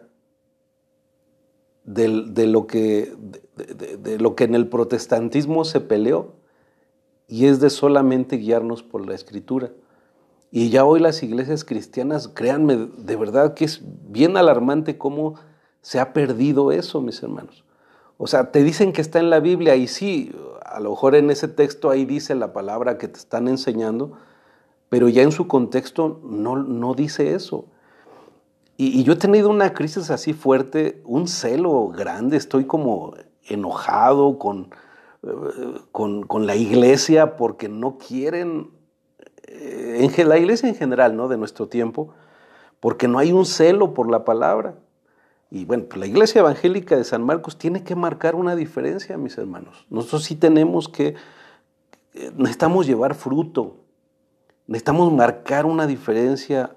de lo que en el protestantismo se peleó, y es de solamente guiarnos por la escritura. Y ya hoy las iglesias cristianas, créanme, de verdad que es bien alarmante cómo se ha perdido eso, mis hermanos. O sea, te dicen que está en la Biblia, y sí, a lo mejor en ese texto ahí dice la palabra que te están enseñando, pero ya en su contexto no dice eso. Y yo he tenido una crisis así fuerte, un celo grande, estoy como enojado con la iglesia porque no quieren, la iglesia en general, ¿no?, de nuestro tiempo, porque no hay un celo por la palabra. Y bueno, pues la iglesia evangélica de San Marcos tiene que marcar una diferencia, mis hermanos. Nosotros sí necesitamos llevar fruto, necesitamos marcar una diferencia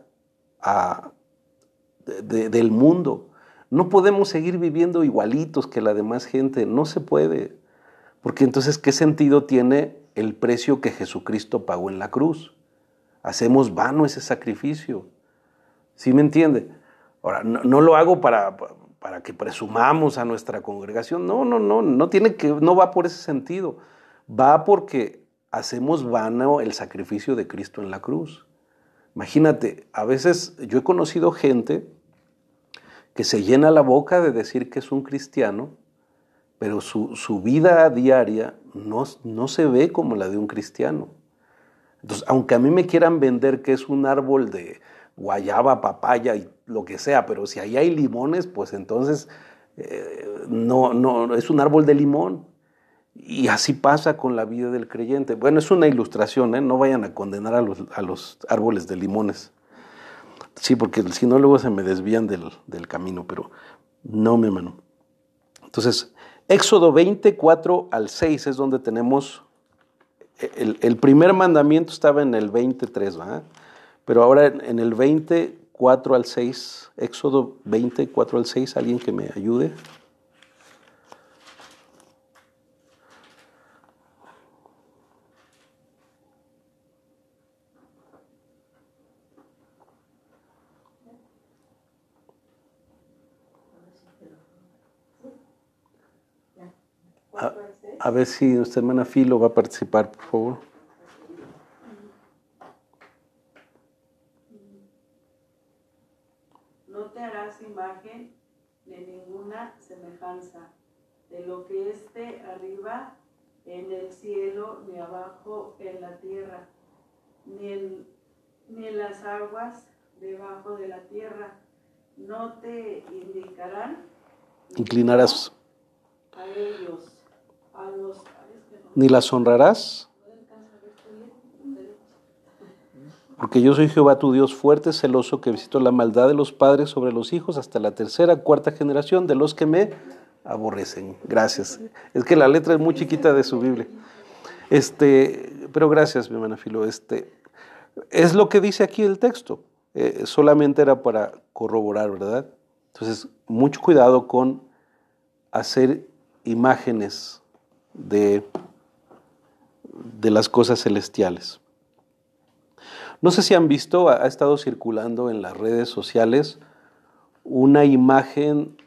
del mundo. No podemos seguir viviendo igualitos que la demás gente, no se puede. Porque entonces, ¿qué sentido tiene el precio que Jesucristo pagó en la cruz? Hacemos vano ese sacrificio. ¿Sí me entiende? Ahora, no lo hago para que presumamos a nuestra congregación. No va por ese sentido. Va porque hacemos vano el sacrificio de Cristo en la cruz. Imagínate, a veces yo he conocido gente que se llena la boca de decir que es un cristiano, pero su vida diaria no se ve como la de un cristiano. Entonces, aunque a mí me quieran vender que es un árbol de guayaba, papaya y lo que sea, pero si ahí hay limones, pues entonces no es un árbol de limón. Y así pasa con la vida del creyente. Bueno, es una ilustración, ¿eh? No vayan a condenar a los árboles de limones. Sí, porque si no luego se me desvían del camino, pero no, mi hermano. Entonces, Éxodo 24 al 6 es donde tenemos, el primer mandamiento estaba en el 23, ¿verdad? Pero ahora en el 24 al 6, Éxodo 24 al 6, alguien que me ayude. A ver si nuestra hermana Filo va a participar, por favor. No te harás imagen de ninguna semejanza de lo que esté arriba en el cielo, ni abajo en la tierra, ni en las aguas debajo de la tierra. No te indicarán. Inclinarás. A ellos. Ni las honrarás, porque yo soy Jehová tu Dios fuerte, celoso, que visito la maldad de los padres sobre los hijos hasta la tercera, cuarta generación de los que me aborrecen. Gracias. Es que la letra es muy chiquita de su Biblia. Pero gracias, mi hermana Filo. Es lo que dice aquí el texto. Solamente era para corroborar, ¿verdad? Entonces, mucho cuidado con hacer imágenes de las cosas celestiales. No sé si han visto, ha estado circulando en las redes sociales una imagen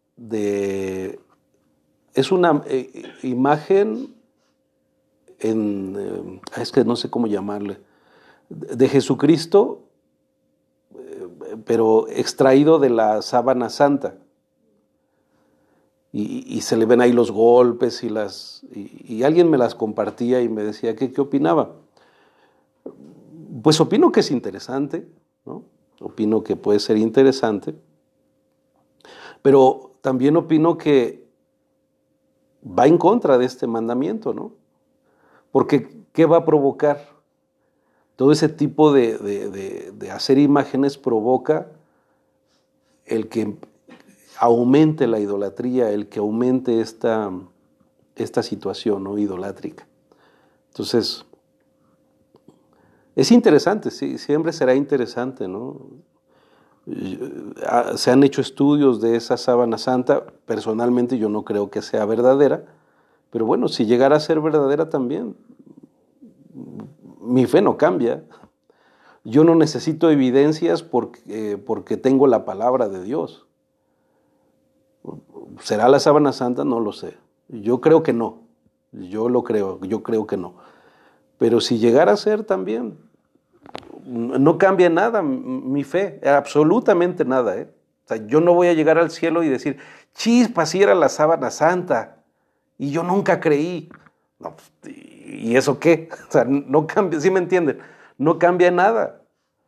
es una imagen es que no sé cómo llamarle, de Jesucristo, pero extraído de la sábana santa. Y se le ven ahí los golpes y alguien me las compartía y me decía que qué opinaba. Pues opino que es interesante, ¿no? Opino que puede ser interesante, pero también opino que va en contra de este mandamiento, ¿no? Porque ¿qué va a provocar? Todo ese tipo de hacer imágenes provoca el que aumente la idolatría, el que aumente esta situación, ¿no?, idolátrica. Entonces, es interesante, sí, siempre será interesante, ¿no? Se han hecho estudios de esa sábana santa. Personalmente yo no creo que sea verdadera, pero bueno, si llegara a ser verdadera también, mi fe no cambia. Yo no necesito evidencias porque tengo la palabra de Dios. ¿Será la sábana santa? No lo sé. Yo creo que no. Yo creo que no. Pero si llegara a ser también, no cambia nada mi fe, absolutamente nada. O sea, yo no voy a llegar al cielo y decir, chispa, si era la sábana santa, y yo nunca creí. No, ¿y eso qué? O sea, no cambia, ¿sí me entienden? No cambia nada.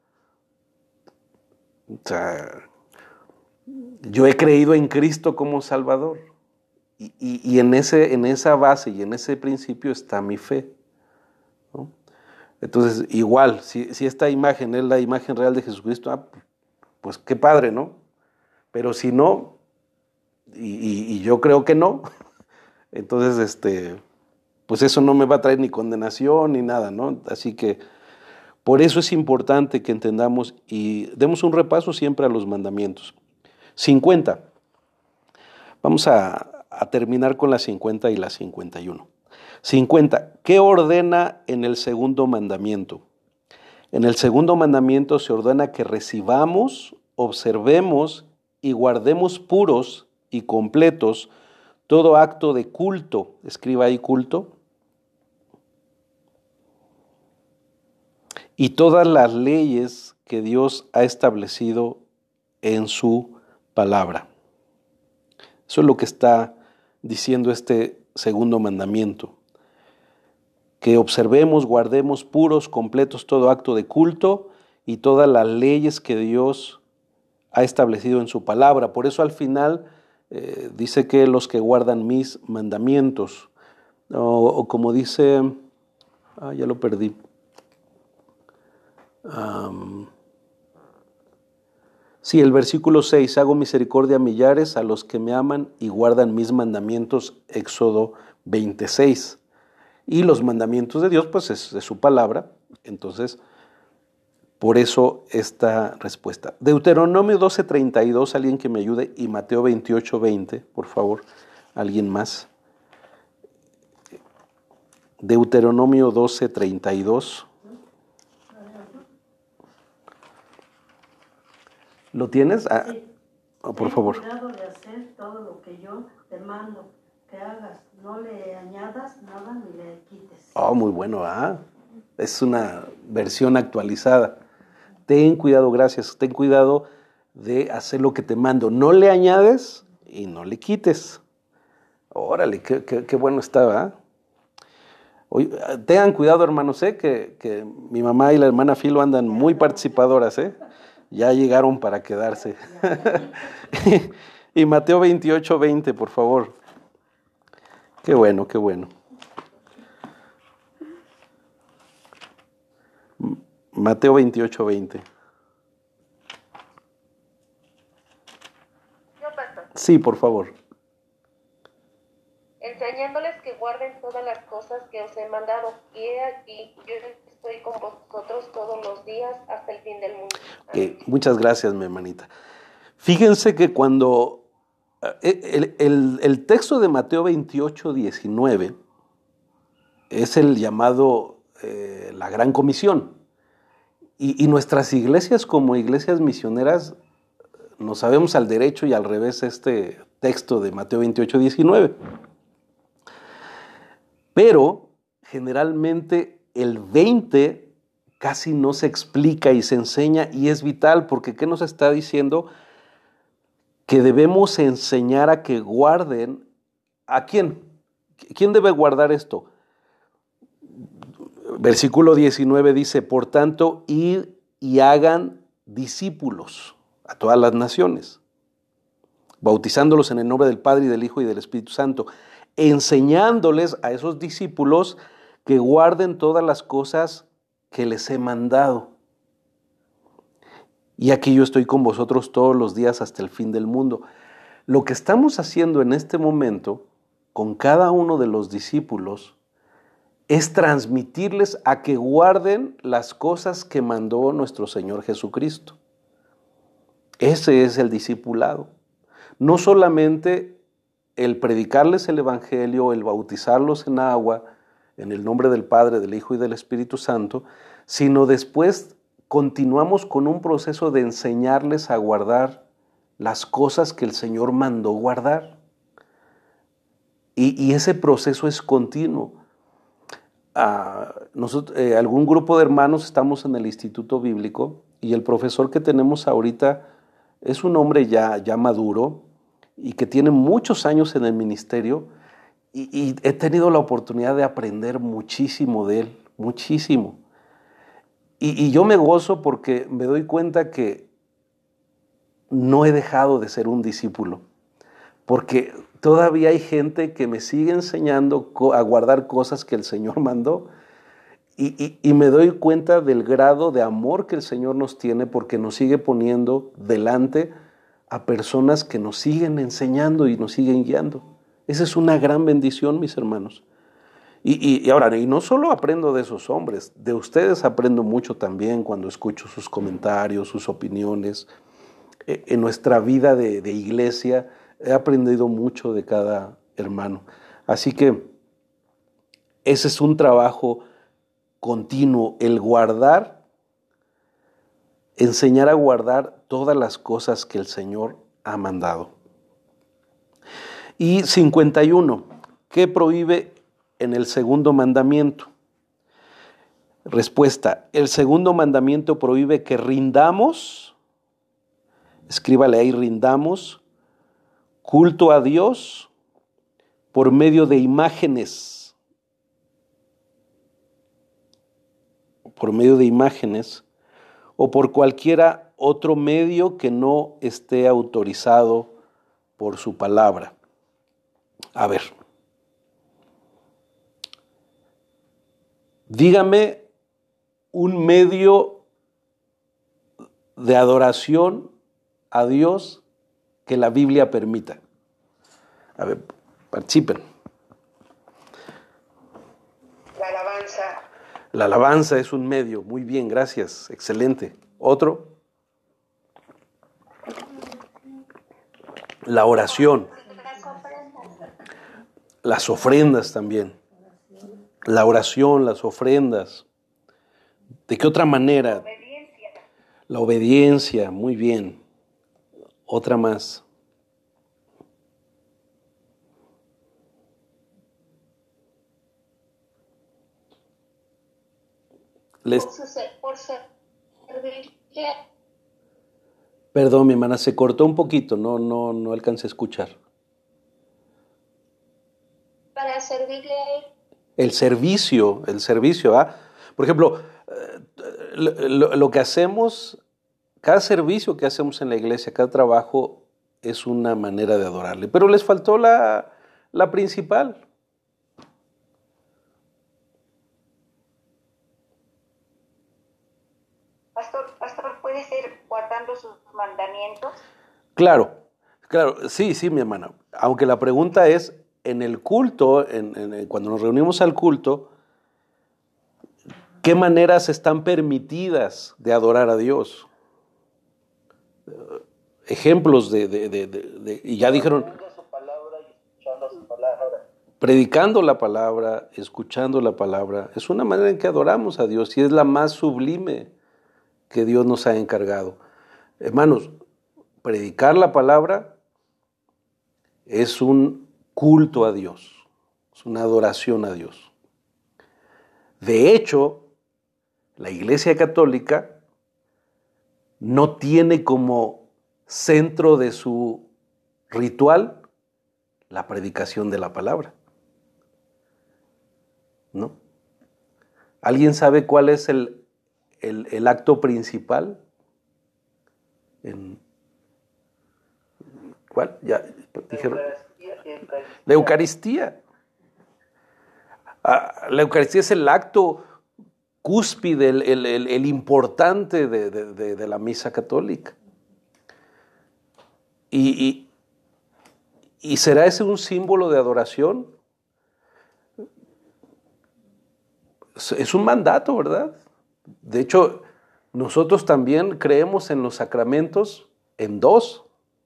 O sea, yo he creído en Cristo como Salvador. Y en esa base y en ese principio está mi fe, ¿no? Entonces, igual, si esta imagen es la imagen real de Jesucristo, pues qué padre, ¿no? Pero si no, y yo creo que no, entonces, pues eso no me va a traer ni condenación ni nada, ¿no? Así que por eso es importante que entendamos y demos un repaso siempre a los mandamientos. 50. Vamos a terminar con la 50 y la 51. 50. ¿Qué ordena en el segundo mandamiento? En el segundo mandamiento se ordena que recibamos, observemos y guardemos puros y completos todo acto de culto. Escriba ahí culto. Y todas las leyes que Dios ha establecido en su palabra. Eso es lo que está diciendo este segundo mandamiento. Que observemos, guardemos puros, completos todo acto de culto y todas las leyes que Dios ha establecido en su palabra. Por eso al final dice que los que guardan mis mandamientos, o como dice, ya lo perdí. Sí, el versículo 6, hago misericordia a millares a los que me aman y guardan mis mandamientos, Éxodo 26. Y los mandamientos de Dios, pues es su palabra. Entonces, por eso esta respuesta. Deuteronomio 12:32, alguien que me ayude, y Mateo 28:20, por favor, alguien más. Deuteronomio 12:32. ¿Lo tienes? Sí. Por favor. Ten cuidado de hacer todo lo que yo te mando que hagas. No le añadas nada ni le quites. Muy bueno, es una versión actualizada. Ten cuidado, gracias. Ten cuidado de hacer lo que te mando. No le añades y no le quites. Órale, qué bueno está, Oye, tengan cuidado, hermanos, que mi mamá y la hermana Filo andan muy participadoras, Ya llegaron para quedarse. Y Mateo 28:20, por favor. Qué bueno, qué bueno. Mateo 28:20. Yo, pastor. Sí, por favor. Enseñándoles que guarden todas las cosas que os he mandado. Y he aquí, yo estoy con vosotros todos los días hasta el fin del mundo. Muchas gracias, mi hermanita. Fíjense que cuando el texto de Mateo 28:19 es el llamado la Gran Comisión. Y nuestras iglesias como iglesias misioneras nos sabemos al derecho y al revés este texto de Mateo 28:19. Pero generalmente el 20 casi no se explica y se enseña y es vital porque ¿qué nos está diciendo? Que debemos enseñar a que guarden. ¿A quién? ¿Quién debe guardar esto? Versículo 19 dice, por tanto, id y hagan discípulos a todas las naciones, bautizándolos en el nombre del Padre y del Hijo y del Espíritu Santo, enseñándoles a esos discípulos que guarden todas las cosas que les he mandado. Y aquí yo estoy con vosotros todos los días hasta el fin del mundo. Lo que estamos haciendo en este momento con cada uno de los discípulos es transmitirles a que guarden las cosas que mandó nuestro Señor Jesucristo. Ese es el discipulado. No solamente el predicarles el Evangelio, el bautizarlos en agua, en el nombre del Padre, del Hijo y del Espíritu Santo, sino después continuamos con un proceso de enseñarles a guardar las cosas que el Señor mandó guardar. Y ese proceso es continuo. Algún grupo de hermanos estamos en el Instituto Bíblico y el profesor que tenemos ahorita es un hombre ya maduro y que tiene muchos años en el ministerio y he tenido la oportunidad de aprender muchísimo de él, muchísimo. Y yo me gozo porque me doy cuenta que no he dejado de ser un discípulo, porque todavía hay gente que me sigue enseñando a guardar cosas que el Señor mandó y me doy cuenta del grado de amor que el Señor nos tiene porque nos sigue poniendo delante a personas que nos siguen enseñando y nos siguen guiando. Esa es una gran bendición, mis hermanos. Y ahora, y no solo aprendo de esos hombres, de ustedes aprendo mucho también cuando escucho sus comentarios, sus opiniones. En nuestra vida de iglesia he aprendido mucho de cada hermano. Así que ese es un trabajo continuo, el guardar, enseñar a guardar todas las cosas que el Señor ha mandado. Y 51, ¿qué prohíbe en el segundo mandamiento? Respuesta, el segundo mandamiento prohíbe que rindamos, escríbale ahí, rindamos culto a Dios por medio de imágenes, o por cualquiera otro medio que no esté autorizado por su palabra. A ver, dígame un medio de adoración a Dios que la Biblia permita. A ver, participen. La alabanza. La alabanza es un medio. Muy bien, gracias. Excelente. ¿Otro? La oración. Las ofrendas también. La oración, las ofrendas. ¿De qué otra manera? La obediencia, muy bien. Otra más. Perdón, mi hermana, se cortó un poquito, no alcancé a escuchar. Para servirle a Él. El servicio, ¿ah? Por ejemplo, lo que hacemos, cada servicio que hacemos en la iglesia, cada trabajo es una manera de adorarle. Pero les faltó la principal. Pastor, ¿puede ser guardando sus mandamientos? Claro, sí, mi hermana. Aunque la pregunta es, en el culto, cuando nos reunimos al culto, ¿qué maneras están permitidas de adorar a Dios? Ejemplos y ya dijeron, predicando la palabra, escuchando la palabra, es una manera en que adoramos a Dios y es la más sublime que Dios nos ha encargado. Hermanos, predicar la palabra es un culto a Dios, es una adoración a Dios. De hecho, la Iglesia Católica no tiene como centro de su ritual la predicación de la palabra, ¿no? ¿Alguien sabe cuál es el acto principal? ¿Cuál? Ya dijeron. La Eucaristía. La Eucaristía es el acto cúspide, el importante de la misa católica. ¿Y será ese un símbolo de adoración? Es un mandato, ¿verdad? De hecho, nosotros también creemos en los sacramentos en dos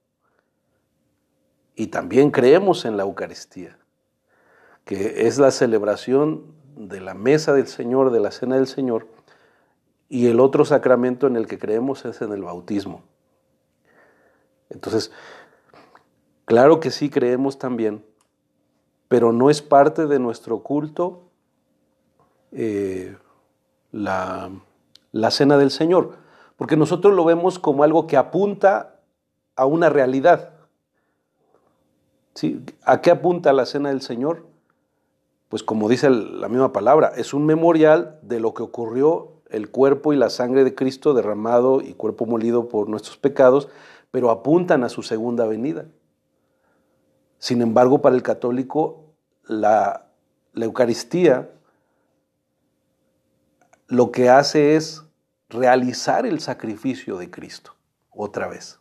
y también creemos en la Eucaristía, que es la celebración de la mesa del Señor, de la cena del Señor, y el otro sacramento en el que creemos es en el bautismo. Entonces, claro que sí creemos también, pero no es parte de nuestro culto la cena del Señor, porque nosotros lo vemos como algo que apunta a una realidad. ¿Sí? ¿A qué apunta la cena del Señor? Pues como dice la misma palabra, es un memorial de lo que ocurrió, el cuerpo y la sangre de Cristo derramado y cuerpo molido por nuestros pecados, pero apuntan a su segunda venida. Sin embargo, para el católico, la Eucaristía lo que hace es realizar el sacrificio de Cristo otra vez.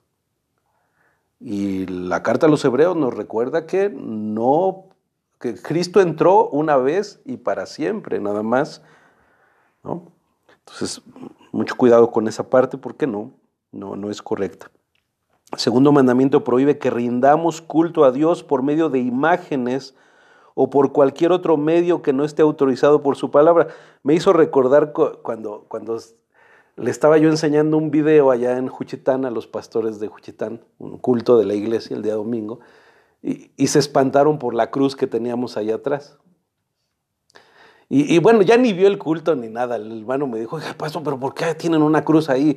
Y la carta a los Hebreos nos recuerda que Cristo entró una vez y para siempre, nada más, ¿no? Entonces, mucho cuidado con esa parte porque no es correcta. El segundo mandamiento prohíbe que rindamos culto a Dios por medio de imágenes o por cualquier otro medio que no esté autorizado por su palabra. Me hizo recordar cuando le estaba yo enseñando un video allá en Juchitán a los pastores de Juchitán, un culto de la iglesia el día domingo, y se espantaron por la cruz que teníamos allá atrás. Y bueno, ya ni vio el culto ni nada. El hermano me dijo, oiga, pastor, ¿pero por qué tienen una cruz ahí?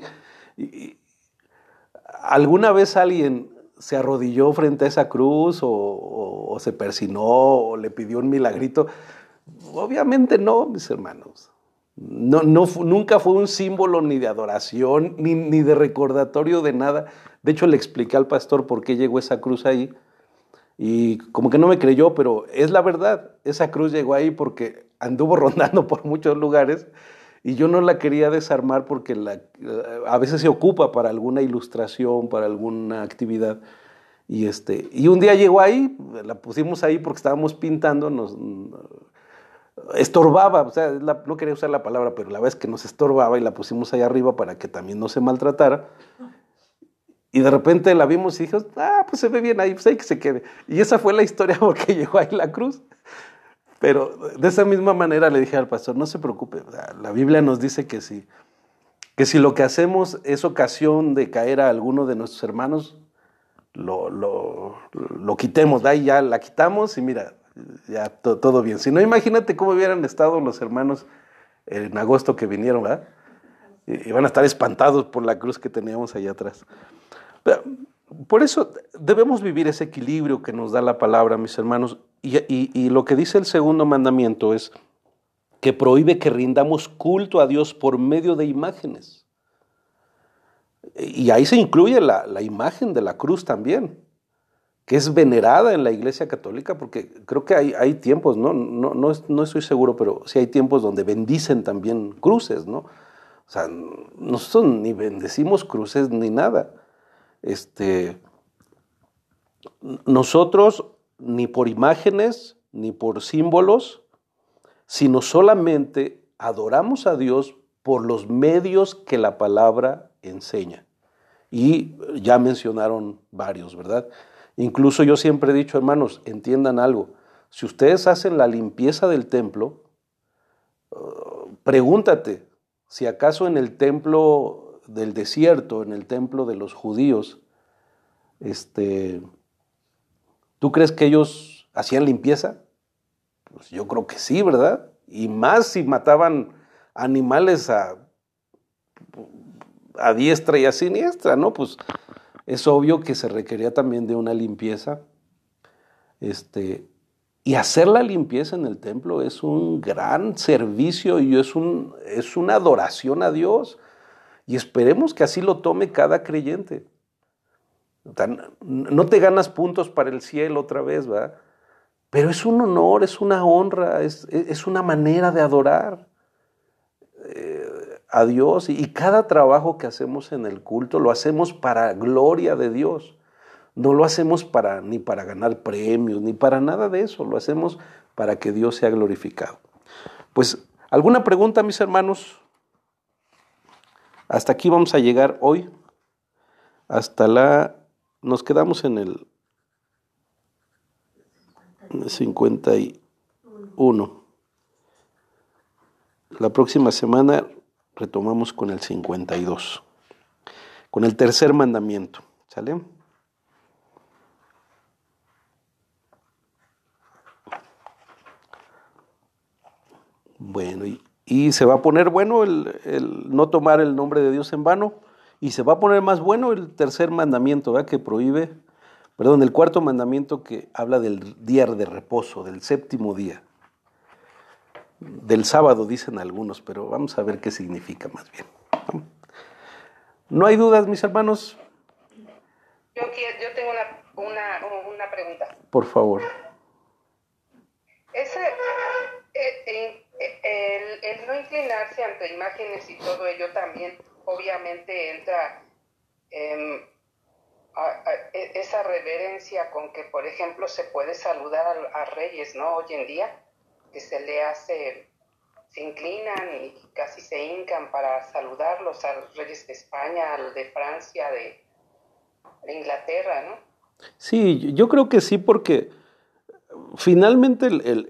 ¿Alguna vez alguien se arrodilló frente a esa cruz o se persinó o le pidió un milagrito? Obviamente no, mis hermanos. Nunca fue un símbolo ni de adoración, ni de recordatorio de nada. De hecho, le expliqué al pastor por qué llegó esa cruz ahí. Y como que no me creyó, pero es la verdad. Esa cruz llegó ahí porque anduvo rondando por muchos lugares y yo no la quería desarmar porque a veces se ocupa para alguna ilustración, para alguna actividad. Y un día llegó ahí, la pusimos ahí porque estábamos pintando, nos estorbaba, o sea, no quería usar la palabra, pero la verdad es que nos estorbaba y la pusimos ahí arriba para que también no se maltratara. Y de repente la vimos y dijimos, pues se ve bien ahí, pues hay que se quede. Y esa fue la historia porque llegó ahí la cruz. Pero de esa misma manera le dije al pastor, no se preocupe, la Biblia nos dice que si lo que hacemos es ocasión de caer a alguno de nuestros hermanos, lo quitemos, de ahí ya la quitamos y mira, ya todo bien. Si no, imagínate cómo hubieran estado los hermanos en agosto que vinieron, ¿verdad? Y van a estar espantados por la cruz que teníamos allá atrás. Pero, por eso debemos vivir ese equilibrio que nos da la palabra, mis hermanos, y lo que dice el segundo mandamiento es que prohíbe que rindamos culto a Dios por medio de imágenes. Y ahí se incluye la imagen de la cruz también, que es venerada en la Iglesia Católica, porque creo que hay tiempos, no estoy seguro, pero sí hay tiempos donde bendicen también cruces, ¿no? O sea, nosotros ni bendecimos cruces ni nada. Nosotros ni por imágenes, ni por símbolos, sino solamente adoramos a Dios por los medios que la palabra enseña. Y ya mencionaron varios, ¿verdad? Incluso yo siempre he dicho, hermanos, entiendan algo. Si ustedes hacen la limpieza del templo, pregúntate si acaso en el templo del desierto, en el templo de los judíos, ¿tú crees que ellos hacían limpieza? Pues yo creo que sí, ¿verdad? Y más si mataban animales a diestra y a siniestra, ¿no? Pues es obvio que se requería también de una limpieza. Y hacer la limpieza en el templo es un gran servicio y es una adoración a Dios. Y esperemos que así lo tome cada creyente. No te ganas puntos para el cielo otra vez, ¿verdad? Pero es un honor, es una honra, es una manera de adorar a Dios. Y cada trabajo que hacemos en el culto lo hacemos para gloria de Dios. No lo hacemos ni para ganar premios, ni para nada de eso. Lo hacemos para que Dios sea glorificado. Pues, ¿alguna pregunta, mis hermanos? Hasta aquí vamos a llegar hoy. Nos quedamos en el 51. La próxima semana retomamos con el 52, con el tercer mandamiento, ¿sale? Bueno, y se va a poner bueno el no tomar el nombre de Dios en vano, y se va a poner más bueno el tercer mandamiento, ¿verdad? El cuarto mandamiento que habla del día de reposo, del séptimo día. Del sábado dicen algunos, pero vamos a ver qué significa más bien. ¿No hay dudas, mis hermanos? Yo tengo una pregunta. Por favor. El no inclinarse ante imágenes y todo ello también obviamente entra esa reverencia con que, por ejemplo, se puede saludar a reyes, ¿no? Hoy en día, que se inclinan y casi se hincan para saludarlos, a los reyes de España, al de Francia, de Inglaterra, ¿no? Sí, yo creo que sí, porque finalmente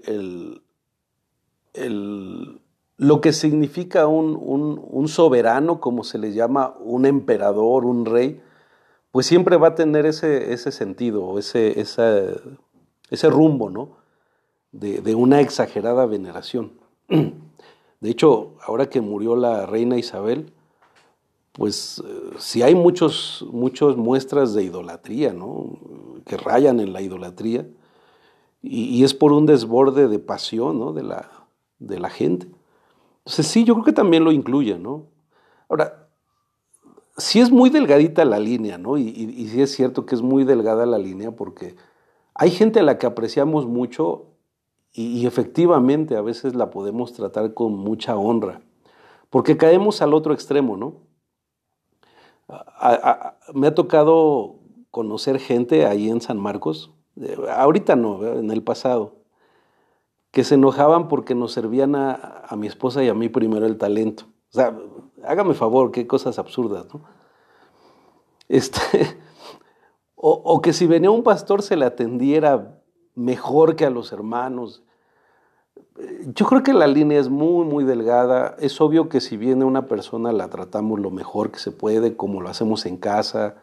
lo que significa un soberano, como se le llama, un emperador, un rey, pues siempre va a tener ese sentido, ese rumbo, ¿no? De una exagerada veneración. De hecho, ahora que murió la reina Isabel, pues sí hay muchas muestras de idolatría, ¿no? Que rayan en la idolatría, y es por un desborde de pasión, ¿no? de la gente. Entonces sí, yo creo que también lo incluye, ¿no? Ahora, sí es muy delgadita la línea, ¿no? Y sí es cierto que es muy delgada la línea, porque hay gente a la que apreciamos mucho y efectivamente a veces la podemos tratar con mucha honra, porque caemos al otro extremo, ¿no? Me ha tocado conocer gente ahí en San Marcos, ahorita no, en el pasado, que se enojaban porque nos servían a mi esposa y a mí primero el talento. O sea, hágame favor, qué cosas absurdas, ¿no? O que si venía un pastor se le atendiera mejor que a los hermanos. Yo creo que la línea es muy, muy delgada. Es obvio que si viene una persona la tratamos lo mejor que se puede, como lo hacemos en casa.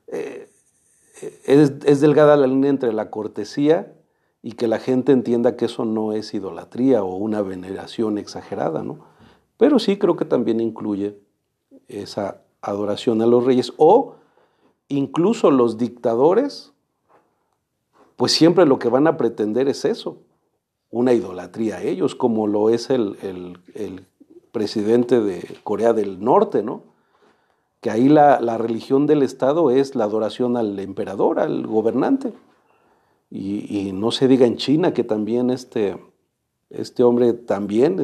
Es delgada la línea entre la cortesía y que la gente entienda que eso no es idolatría o una veneración exagerada, ¿no? Pero sí creo que también incluye esa adoración a los reyes, o incluso los dictadores, pues siempre lo que van a pretender es eso, una idolatría a ellos, como lo es el presidente de Corea del Norte, ¿no? Que ahí la religión del Estado es la adoración al emperador, al gobernante. Y no se diga en China, que también este hombre también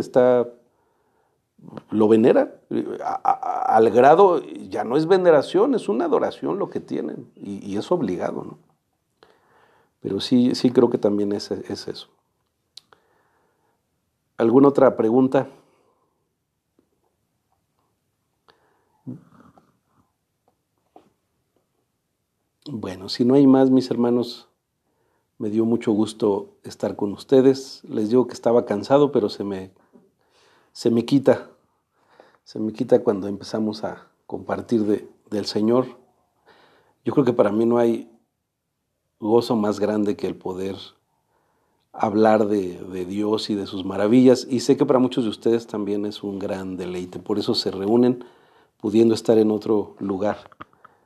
lo venera, al grado, ya no es veneración, es una adoración lo que tienen, y es obligado, ¿no? Pero sí creo que también es eso. ¿Alguna otra pregunta? Bueno, si no hay más, mis hermanos, me dio mucho gusto estar con ustedes. Les digo que estaba cansado, pero se me quita. Se me quita cuando empezamos a compartir del Señor. Yo creo que para mí no hay gozo más grande que el poder hablar de Dios y de sus maravillas. Y sé que para muchos de ustedes también es un gran deleite. Por eso se reúnen, pudiendo estar en otro lugar.